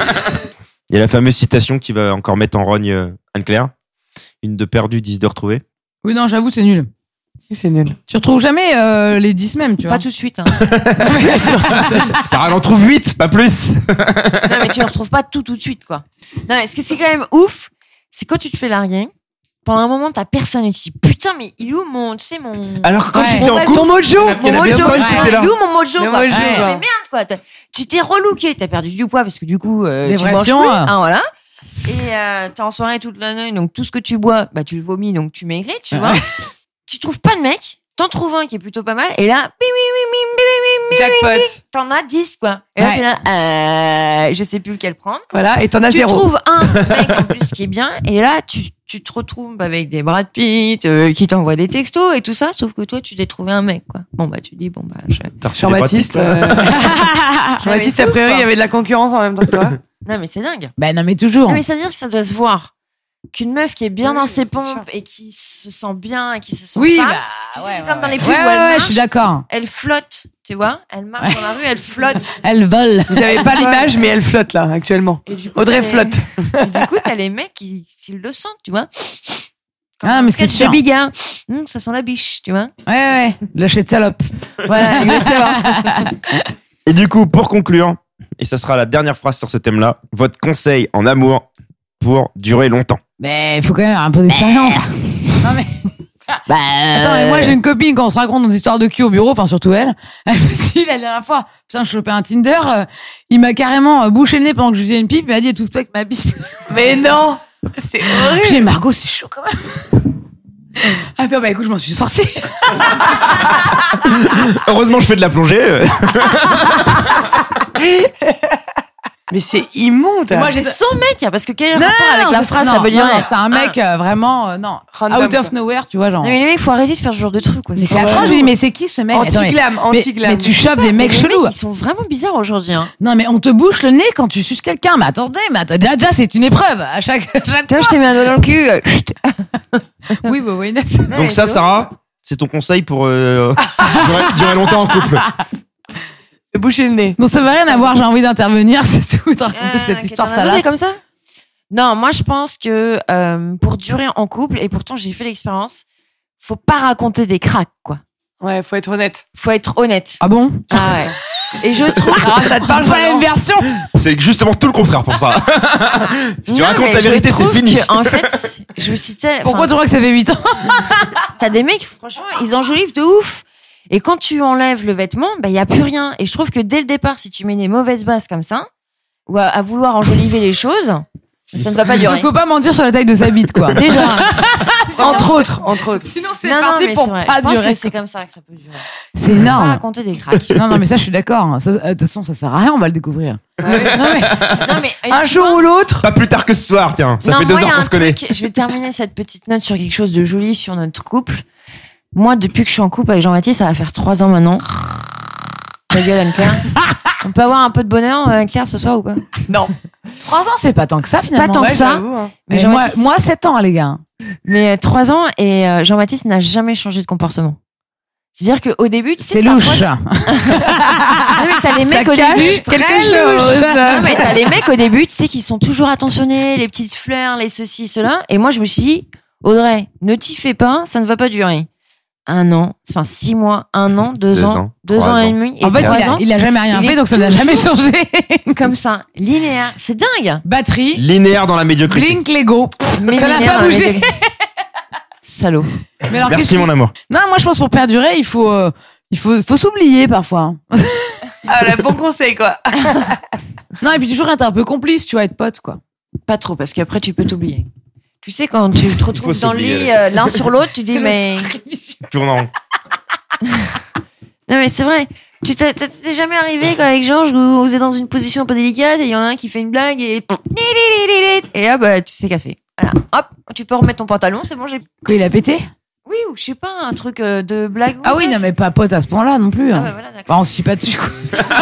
Il y a la fameuse citation qui va encore mettre en rogne euh, Anne-Claire. Une de perdue, dix de retrouvée. Oui, non, j'avoue, c'est nul. C'est nul. Tu retrouves jamais euh, les dix mêmes, tu vois. Pas tout de suite. Hein. Sarah, elle en trouve huit, pas plus. Non, mais tu le retrouves pas tout tout de suite, quoi. Non, mais ce que c'est quand même ouf, c'est quand tu te fais larguer, pendant un moment, t'as personne et tu te dis putain, mais il est où mon, tu sais, mon. Alors que quand Ouais. j'étais en Mon couple, Ton mojo, il y en a- il y en Mon avait mojo, cinq qui ouais. étaient là. Il est où mon mojo, Le quoi. mojo, Mais quoi. merde, quoi. T'as- Tu t'es relooké, t'as perdu du poids parce que du coup, euh, tu manges Dépression, plus. euh. Hein, voilà. Et euh, t'es en soirée toute la nuit, donc tout ce que tu bois, bah tu le vomis, donc tu maigris, tu vois. Tu trouves pas de mec, t'en trouves un qui est plutôt pas mal, et là, bim, bim, bim, bim, bim, bim, Jackpot. t'en as dix, quoi. Et là, Ouais. t'es là, euh, je sais plus lequel prendre. Voilà, et t'en as Tu zéro. trouves un mec en plus qui est bien, et là, tu, tu te retrouves avec des Brad Pitt, euh, qui t'envoient des textos et tout ça, sauf que toi, tu t'es trouvé un mec, quoi. Bon, bah, tu dis, bon, bah, je... Jean-Baptiste, euh... Jean-Baptiste, a priori, il y avait de la concurrence en même temps que toi. Non, mais c'est dingue. Ben non, mais toujours. Non, mais ça veut dire que ça doit se voir. Qu'une meuf qui est bien dans ses pompes et qui se sent bien et qui se sent Oui, femme, bah, tu sais, ouais, c'est ouais, comme dans les ouais. pubs Ouais, où ouais, elle ouais, marche, je suis d'accord. elle flotte, tu vois, elle marche dans la rue, elle flotte. Elle vole. Vous avez pas l'image, mais elle flotte là, actuellement. Et du coup, Audrey t'as les- flotte. Et du coup, t'as les mecs qui, qui le sentent, tu vois. Comme Ah, un mais c'est sketch sûr. de Bigard. Hum, ça sent la biche, tu vois. Ouais, ouais. Lâcher de salope. Voilà, exactement. Et du coup, pour conclure, et ça sera la dernière phrase sur ce thème-là, votre conseil en amour pour durer longtemps. Mais il faut quand même un peu d'expérience. Non, mais. Bah, Attends, mais moi j'ai une copine, quand on se raconte nos histoires de cul au bureau, enfin surtout elle, elle me dit la dernière fois, putain, je chopais un Tinder, euh, il m'a carrément euh, bouché le nez pendant que je faisais une pipe, il m'a dit étouffe-toi avec ma bite. Mais non, c'est horrible. J'ai dit, Margot, c'est chaud quand même. Ah, puis, bah écoute, je m'en suis sortie. Heureusement, je fais de la plongée. Mais c'est immonde. Moi, j'ai son mec, parce que quel est le Non, rapport non, avec non, la c'est- phrase, non, ça veut dire. non, c'était un mec euh, vraiment, euh, non, Random, out of quoi. nowhere, tu vois, genre. Non, mais les mecs, faut arrêter de faire ce genre de trucs, quoi. Mais C'est c'est affreux, je lui dis, mais c'est qui ce mec? Attends, mais- Anti-glam, mais- anti-glam. Mais tu chopes des mecs Mais les chelous. mecs, ils sont vraiment bizarres aujourd'hui, hein. Non, mais on te bouche le nez quand tu suces quelqu'un. Mais attendez, mais attends, déjà, déjà, c'est une épreuve. À chaque, à chaque Toi, je fois. t'ai mis un doigt dans le cul. Oui, bah, oui, Donc ça, Sarah, c'est ton conseil pour euh, durer, durer longtemps en couple. Boucher le nez. Bon, ça veut rien à voir, j'ai envie d'intervenir, c'est tout, de raconter Ah, cette ok, histoire t'en as d'autres salace. comme ça? Non, moi, je pense que euh, pour durer en couple, et pourtant j'ai fait l'expérience, faut pas raconter des cracks, quoi. Ouais, faut être honnête. Faut être honnête. Ah bon? Ah ouais. Et je trouve. Ah, ça te parle Pas la vraiment. même version. C'est justement tout le contraire pour ça. Si tu Non, racontes mais la je vérité, c'est trouve fini. que, en fait, je me citais. Pourquoi tu crois que ça fait huit ans? T'as des mecs, franchement, ils enjolivent de ouf. Et quand tu enlèves le vêtement, bah, y a plus rien. Et je trouve que dès le départ, si tu mets des mauvaises bases comme ça, ou à, à vouloir enjoliver les choses, ça ne va pas durer. Il faut pas mentir sur la taille de sa bite, quoi. Déjà. Entre autres, entre autres. Sinon, c'est Non, non, parti mais pour c'est vrai. pas Je pense durer. que c'est comme ça que ça peut durer. C'est Faut pas énorme. raconter des cracks. Non, non, mais ça, je suis d'accord. Ça, euh, De toute façon, ça sert à rien, on va le découvrir. Non, mais, Non, mais, Un tu jour vois, ou l'autre. Pas plus tard que ce soir, tiens. Ça non, fait moi, deux y a heures qu'on un se connaît. truc, je vais terminer cette petite note sur quelque chose de joli sur notre couple. Moi, depuis que je suis en couple avec Jean-Baptiste, ça va faire trois ans maintenant. Ta gueule, Anne-Claire. On peut avoir un peu de bonheur, Anne-Claire, ce soir ou pas? Non. trois ans, c'est pas tant que ça, finalement. Pas tant Ouais, que ça. j'avoue, hein. Mais Mais moi, Jean-Baptiste, moi, sept ans, les gars. mais euh, trois ans et euh, Jean-Baptiste n'a jamais changé de comportement. C'est-à-dire qu'au début, tu sais, C'est parfois- louche. Non, mais t'as les Ça mecs au cache début. quelque très chose. Non, mais t'as les mecs au début, tu sais, qui sont toujours attentionnés, les petites fleurs, les ceci, cela. Et moi, je me suis dit, Audrey, ne t'y fais pas, ça ne va pas durer. Un an, enfin six mois, un an, deux, Deux ans, ans, deux trois ans et ans. demi, et En fait, trois il a, ans, il a jamais rien Il fait, est donc ça n'a jamais changé. comme ça, linéaire. C'est dingue. Batterie, Linéaire dans la médiocrité. Blink, Lego. Mais Ça n'a linéaire, pas hein, bougé. mais- Salaud. Mais alors, Merci qu'est-ce mon que- amour. Non, moi, je pense pour perdurer, il faut, euh, il faut, faut s'oublier parfois. Ah, le bon conseil, quoi. Non, et puis toujours être un peu complice, tu vois, être pote, quoi. Pas trop, parce qu'après, tu peux t'oublier. Tu sais, quand tu te retrouves faut dans le s'oublier, lit euh, l'un sur l'autre, tu dis, mais. Tournant. Non, mais c'est vrai. Tu t'es t'es- t'es jamais arrivé quoi, avec Georges où vous êtes dans une position un peu délicate et il y en a un qui fait une blague et. Et là, bah, tu sais casser. Voilà. Hop, tu peux remettre ton pantalon, c'est bon, j'ai. Quoi, il a pété? Oui, ou je sais pas, un truc euh, de blague. Ah oui, non, mais pas pote à ce point-là non plus. Ah hein. bah voilà, d'accord. Enfin, on se chie pas dessus, quoi.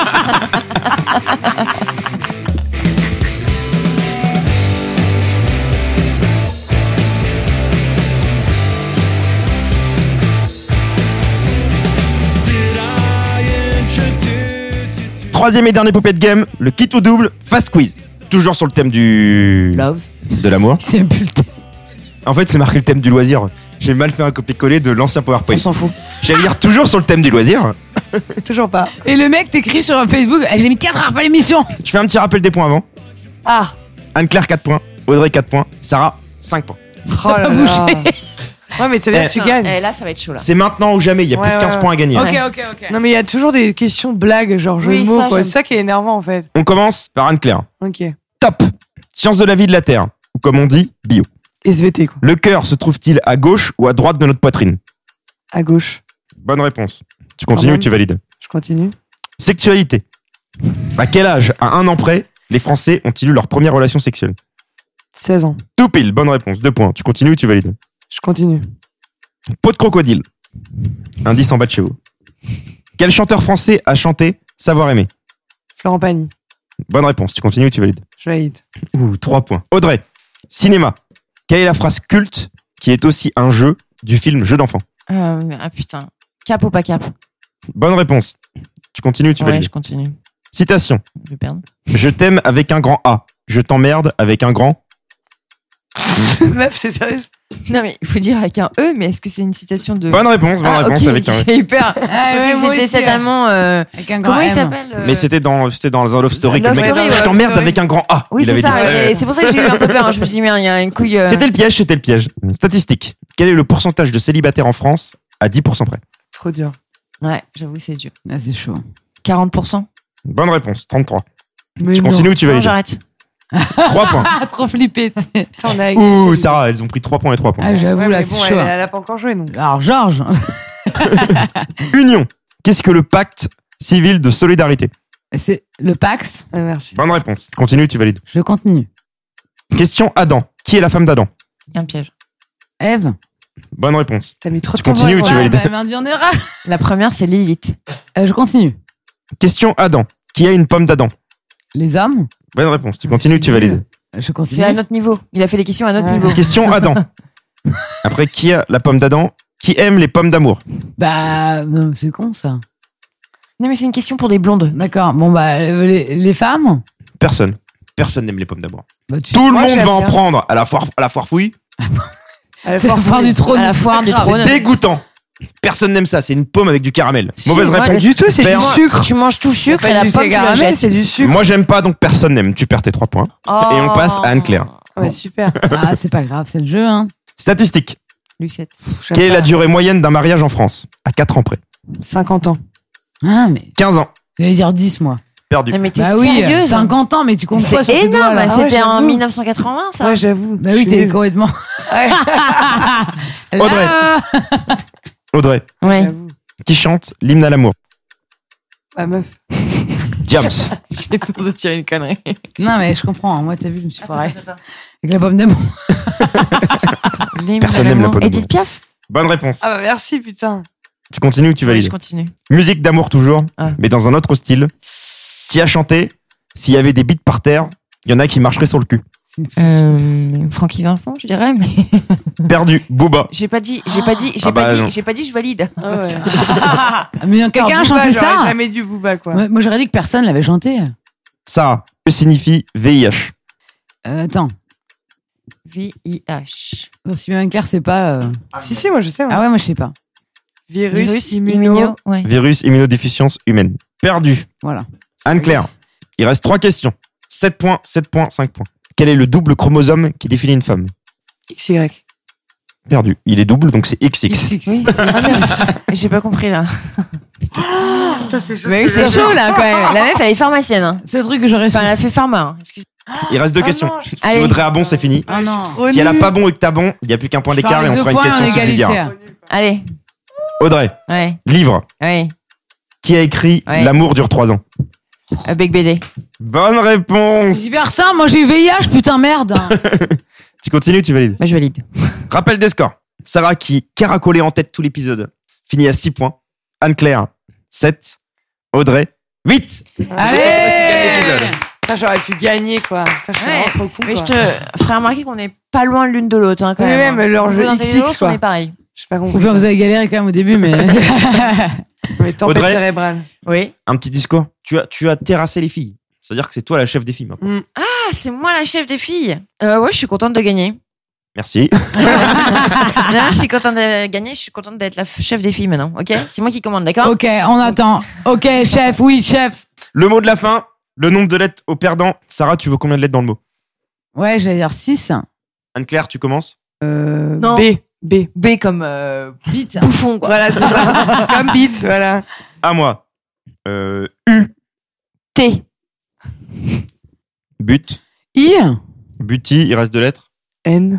Troisième et dernier Poupette Game, le kit ou double fast quiz. Toujours sur le thème du... Love. de l'amour. C'est un pull. En fait, c'est marqué le thème du loisir. J'ai mal fait un copier-coller de l'ancien PowerPoint. On s'en fout. J'allais lire toujours sur le thème du loisir. Toujours pas. Et le mec t'écrit sur Facebook, eh, j'ai mis quatre heures pour l'émission. Je fais un petit rappel des points avant. Ah. Anne-Claire quatre points, Audrey quatre points, Sarah cinq points. Oh là là. Ouais, mais ça veut dire que tu gagnes. Et là, ça va être chaud là. C'est maintenant ou jamais, il y a plus Ouais, de quinze ouais, points à gagner. Ok, Ouais. ok, ok. Non, mais il y a toujours des questions blagues, genre jeu Oui, de mots, ça, quoi. j'aime. C'est ça qui est énervant, en fait. On commence par Anne-Claire. Ok. Top Sciences de la vie et de la Terre, ou comme on dit, bio. S V T, quoi. Le cœur se trouve-t-il à gauche ou à droite de notre poitrine? À gauche. Bonne réponse. Tu continues ou tu valides? Je continue. Sexualité. À quel âge, à un an près, les Français ont-ils eu leur première relation sexuelle? seize ans. Tout pile, bonne réponse. Deux points. Tu continues ou tu valides? Je continue. Peau de crocodile. Indice en bas de chez vous. Quel chanteur français a chanté Savoir aimer? Florent Pagny. Bonne réponse. Tu continues ou tu valides? Je valide. Ouh, trois points. Audrey. Cinéma. Quelle est la phrase culte qui est aussi un jeu du film Jeu d'enfant? Euh, ah putain. Cap ou pas cap? Bonne réponse. Tu continues ou tu Ouais, valides? je continue. Citation. Je vais perdre. Je t'aime avec un grand A. Je t'emmerde avec un grand. Meuf, c'est sérieux? Non, mais il faut dire avec un E, mais est-ce que c'est une citation de. Bonne réponse, bonne Ah, réponse ok, avec un E. J'ai eu peur. Ah, Parce ouais, que moi c'était aussi, certainement. euh, Avec un grand Comment il M. s'appelle euh, Mais c'était dans, c'était dans un Love Story que le Love mec. Story, Je ouais, t'emmerde Love avec un grand A. Oui, il c'est avait ça. dit. j'ai- Ouais. C'est pour ça que j'ai eu un peu peur. Je me suis dit, merde, il y a une couille. euh, C'était le piège, c'était le piège. Statistique. Quel est le pourcentage de célibataires en France à dix pour cent près? Trop dur. Ouais, j'avoue, c'est dur. Ah, c'est chaud. quarante pour cent. Bonne réponse, trente-trois. Mais Tu non. continues ou tu Non, valides? j'arrête. trois points. Ah, trop flippé. Putain, on a Ouh, Sarah, elles ont pris trois points et trois points. Ah, j'avoue, Ouais, là, mais c'est bon, chaud. elle, elle a pas encore joué, donc. Alors, Georges. Union. Qu'est-ce que le pacte civil de solidarité? C'est le Pax. Ah, merci. Bonne réponse. Tu continues ou tu valides? Je continue. Question Adam. Qui est la femme d'Adam? Il y a un piège. Eve. Bonne réponse. T'as mis trop Tu de temps. continues ou tu Ouais, valides? bah, merde, il y en aura. La première, c'est Lilith. Euh, je continue. Question Adam. Qui a une pomme d'Adam? Les hommes. Bonne réponse. Tu continues ou tu valides? Je continue. C'est à notre niveau. Il a fait des questions à notre Ouais. niveau. Question Adam. Après, qui a la pomme d'Adam? Qui aime les pommes d'amour? Bah, non, c'est con ça. Non, mais c'est une question pour des blondes. D'accord. Bon, bah, euh, les, les femmes. Personne. Personne n'aime les pommes d'amour. Bah, tu... Tout le Moi, monde j'aime va en bien. prendre à la foire, à la foire fouille. À la C'est la foire foire fouille. du trône. À la foire du trône. C'est dégoûtant. Personne n'aime ça. C'est une pomme avec du caramel. Mauvaise moi, Pas réponse. du tout, c'est du Perds. sucre. Tu manges tout sucre Pas et la du pomme, tu la caramel, jettes. c'est du sucre. Moi, j'aime pas, donc personne n'aime. Tu perds tes trois points. Oh. Et on passe à Anne-Claire. Ouais, super. Ah, c'est pas grave, c'est le jeu, hein. Statistique. Lucette. J'aime Quelle est pas. la durée moyenne d'un mariage en France? À quatre ans près. cinquante ans. Ah, mais. quinze ans. J'allais dire dix, moi. Perdu. Non, mais t'es Bah oui, sérieuse? cinquante ans, mais tu comptes quoi C'est sur tes doigts, énorme. là Ah ouais, C'était en j'avoue. mille neuf cent quatre-vingts, ça. Ouais, j'avoue. Bah Je oui, suis t'es nulle. complètement. Ouais. Audrey. Là. Audrey. Ouais. J'avoue. Qui chante l'hymne à l'amour? Bah, meuf. Diams. J'ai peur de tirer une connerie. Non, mais je comprends. hein. Moi, t'as vu, je me suis foirée. Avec la pomme d'amour. Personne n'aime la pomme d'amour. Edith Piaf? Bonne réponse. Ah bah merci, putain. Tu continues ou tu Oui, valides? je continue. Musique d'amour toujours, Ah. mais dans un autre style. Qui a chanté? S'il y avait des beats par terre, il y en a qui marcheraient sur le cul. Euh, Francky Vincent, je dirais, mais Perdu. Booba. j'ai pas dit, j'ai pas dit, j'ai Ah pas bah dit, non. j'ai pas dit, je valide. Ah ouais. Mais quelqu'un a Alors, chanté Booba, j'aurais ça. jamais du Booba, quoi. Moi, moi, j'aurais dit que personne l'avait chanté. Sarah. Que signifie V I H? Euh, attends. V I H. Non, si bien clair, c'est pas. euh, Si, si, moi je sais. moi. Ah ouais, moi, je sais pas. Virus, immuno. immuno. Ouais. Virus immunodéficience humaine. Perdu. Voilà. Anne-Claire. Il reste trois questions. sept points, sept points, cinq points. Quel est le double chromosome qui définit une femme? X Y. Perdu. Il est double, donc c'est X X. Oui, c'est X X. J'ai pas compris là. Ça, c'est chaud. Mais oui, c'est chaud là quand même. La meuf, elle est pharmacienne. Hein. C'est le truc que j'aurais su. Enfin, elle a fait pharma. Hein. Excuse- Il reste deux Ah questions. non, je suis Si Allez. Audrey a bon, c'est fini. Ah non. trop Si elle a nulle. pas bon et que t'as bon, il n'y a plus qu'un point Je d'écart parle et on de fera une points question en subsidiaire. égalité. Allez. Audrey, Ouais. livre. Ouais. Qui a écrit Ouais. L'amour dure trois ans? Euh, Bec B D. Bonne réponse. C'est hyper simple. Moi, j'ai eu V I H, putain, merde. Tu continues, tu valides. Moi, je valide. Rappel des scores. Sarah qui caracolait en tête tout l'épisode finit à six points. Anne-Claire, sept. Audrey, huit. Allez. Putain, j'aurais pu gagner, quoi. Putain, je suis Ouais. vraiment trop con, Mais je quoi. te ferai remarquer qu'on est pas loin l'une de l'autre. Hein, quand Oui, même. même, leur Niveau jeu d'intelligence, X X, quoi. On est pareil. J'ai pas compris. Enfin, vous avez galéré quand même au début, mais. Mais tempête Audrey. cérébrale. Oui. Un petit discours. Tu as, tu as terrassé les filles. C'est-à-dire que c'est toi la chef des filles maintenant. Ah, c'est moi la chef des filles. Euh, ouais, je suis contente de gagner. Merci. Non, je suis contente de gagner. Je suis contente d'être la f- chef des filles maintenant. Ok, c'est moi qui commande, d'accord? Ok, on attend. Ok, chef, oui, chef. Le mot de la fin, le nombre de lettres au perdant. Sarah, tu veux combien de lettres dans le mot? Ouais, j'allais dire six. Anne-Claire, tu commences? Euh, Non. B. B. B comme euh, Vite. bouffon, quoi. Voilà, c'est ça. Comme beat, voilà. À moi. Euh, U. T. But. I. Buty, il reste deux lettres. N.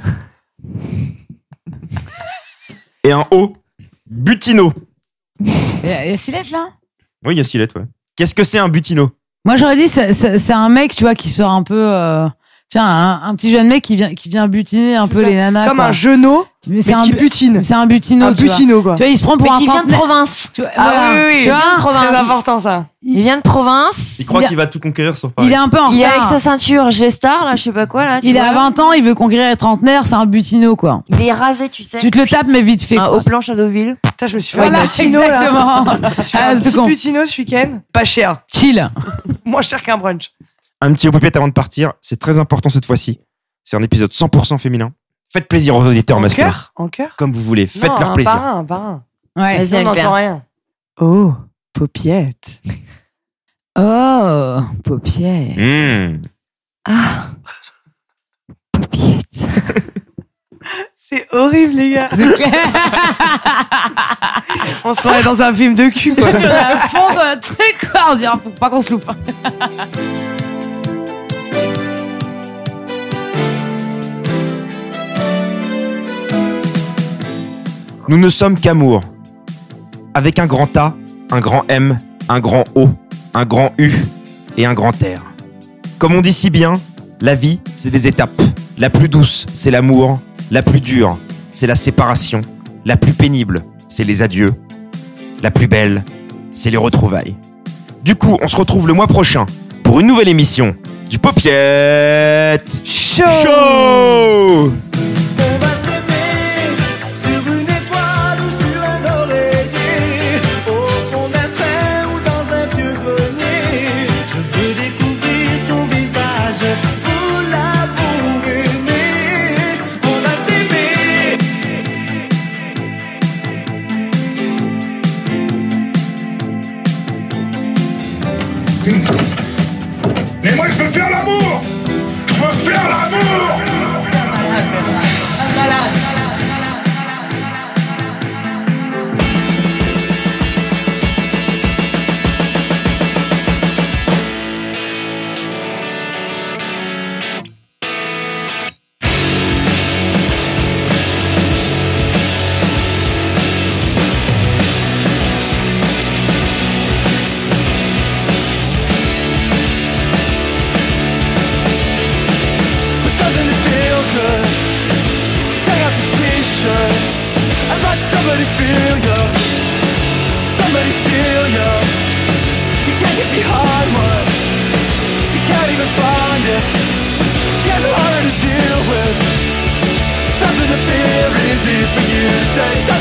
Et un O. Butino. Il y a, y a six lettres là. Oui, il y a six lettres, ouais. Qu'est-ce que c'est un butino? Moi j'aurais dit c'est, c'est, c'est un mec, tu vois, qui sort un peu. Euh, tiens, un, un petit jeune mec qui vient, qui vient butiner un peu ça. les nanas. Comme quoi. un genou, mais, c'est mais un qui bu- butine. C'est un butino. Un tu butino, vois. quoi. Tu vois, il se prend pour Mais un qui vient de trentenaire. province. Tu vois, Ah voilà. oui, oui, oui. Tu vois, province. Très important, ça. Il vient de province. Il croit il a- qu'il va tout conquérir sur Paris. Il est un peu en Il est retard. avec sa ceinture G-Star, là, je sais pas quoi, là. tu Il vois, a là. vingt ans, il veut conquérir les trentenaires, c'est un butino, quoi. Il est rasé, tu sais. Tu te le tapes, mais vite fait. Un quoi. haut plan Shadowville. Putain, je me suis fait Voilà, un butino, là. exactement. Je me suis fait Ah, un tout petit con. butino ce week-end. Pas cher. Chill. Moins cher qu'un brunch. Un petit opopette avant de partir. C'est très important cette fois-ci. C'est un épisode cent pour cent féminin. Faites plaisir aux auditeurs En masculins. cœur En cœur Comme vous voulez. Faites Non, leur un plaisir. par un, un par un. Ouais. Vas-y, On Anne-Claire. n'entend rien. Oh, paupiette. Oh, paupière. Mmh. Ah. Paupiette. C'est horrible, les gars. On se croirait dans un film de cul, quoi. On est à fond dans le truc, quoi. On dirait faut pas qu'on se loupe. Nous ne sommes qu'amour. Avec un grand A, un grand M, un grand O, un grand U et un grand R. Comme on dit si bien, la vie, c'est des étapes. La plus douce, c'est l'amour. La plus dure, c'est la séparation. La plus pénible, c'est les adieux. La plus belle, c'est les retrouvailles. Du coup, on se retrouve le mois prochain pour une nouvelle émission du Paupiette Show. Show. On va s'aimer sur une étoile ou sur un oreiller, au fond d'un train ou dans un vieux grenier. Je veux découvrir ton visage pour l'amour aimé. On va s'aimer. Mais moi je veux faire l'amour. Je veux faire l'amour. But doesn't it feel good to take off the t-shirt and let somebody feel you, somebody steal you? You can't get behind one, you can't even find it. Getting harder to deal with. It's nothing to feel easy for you to say.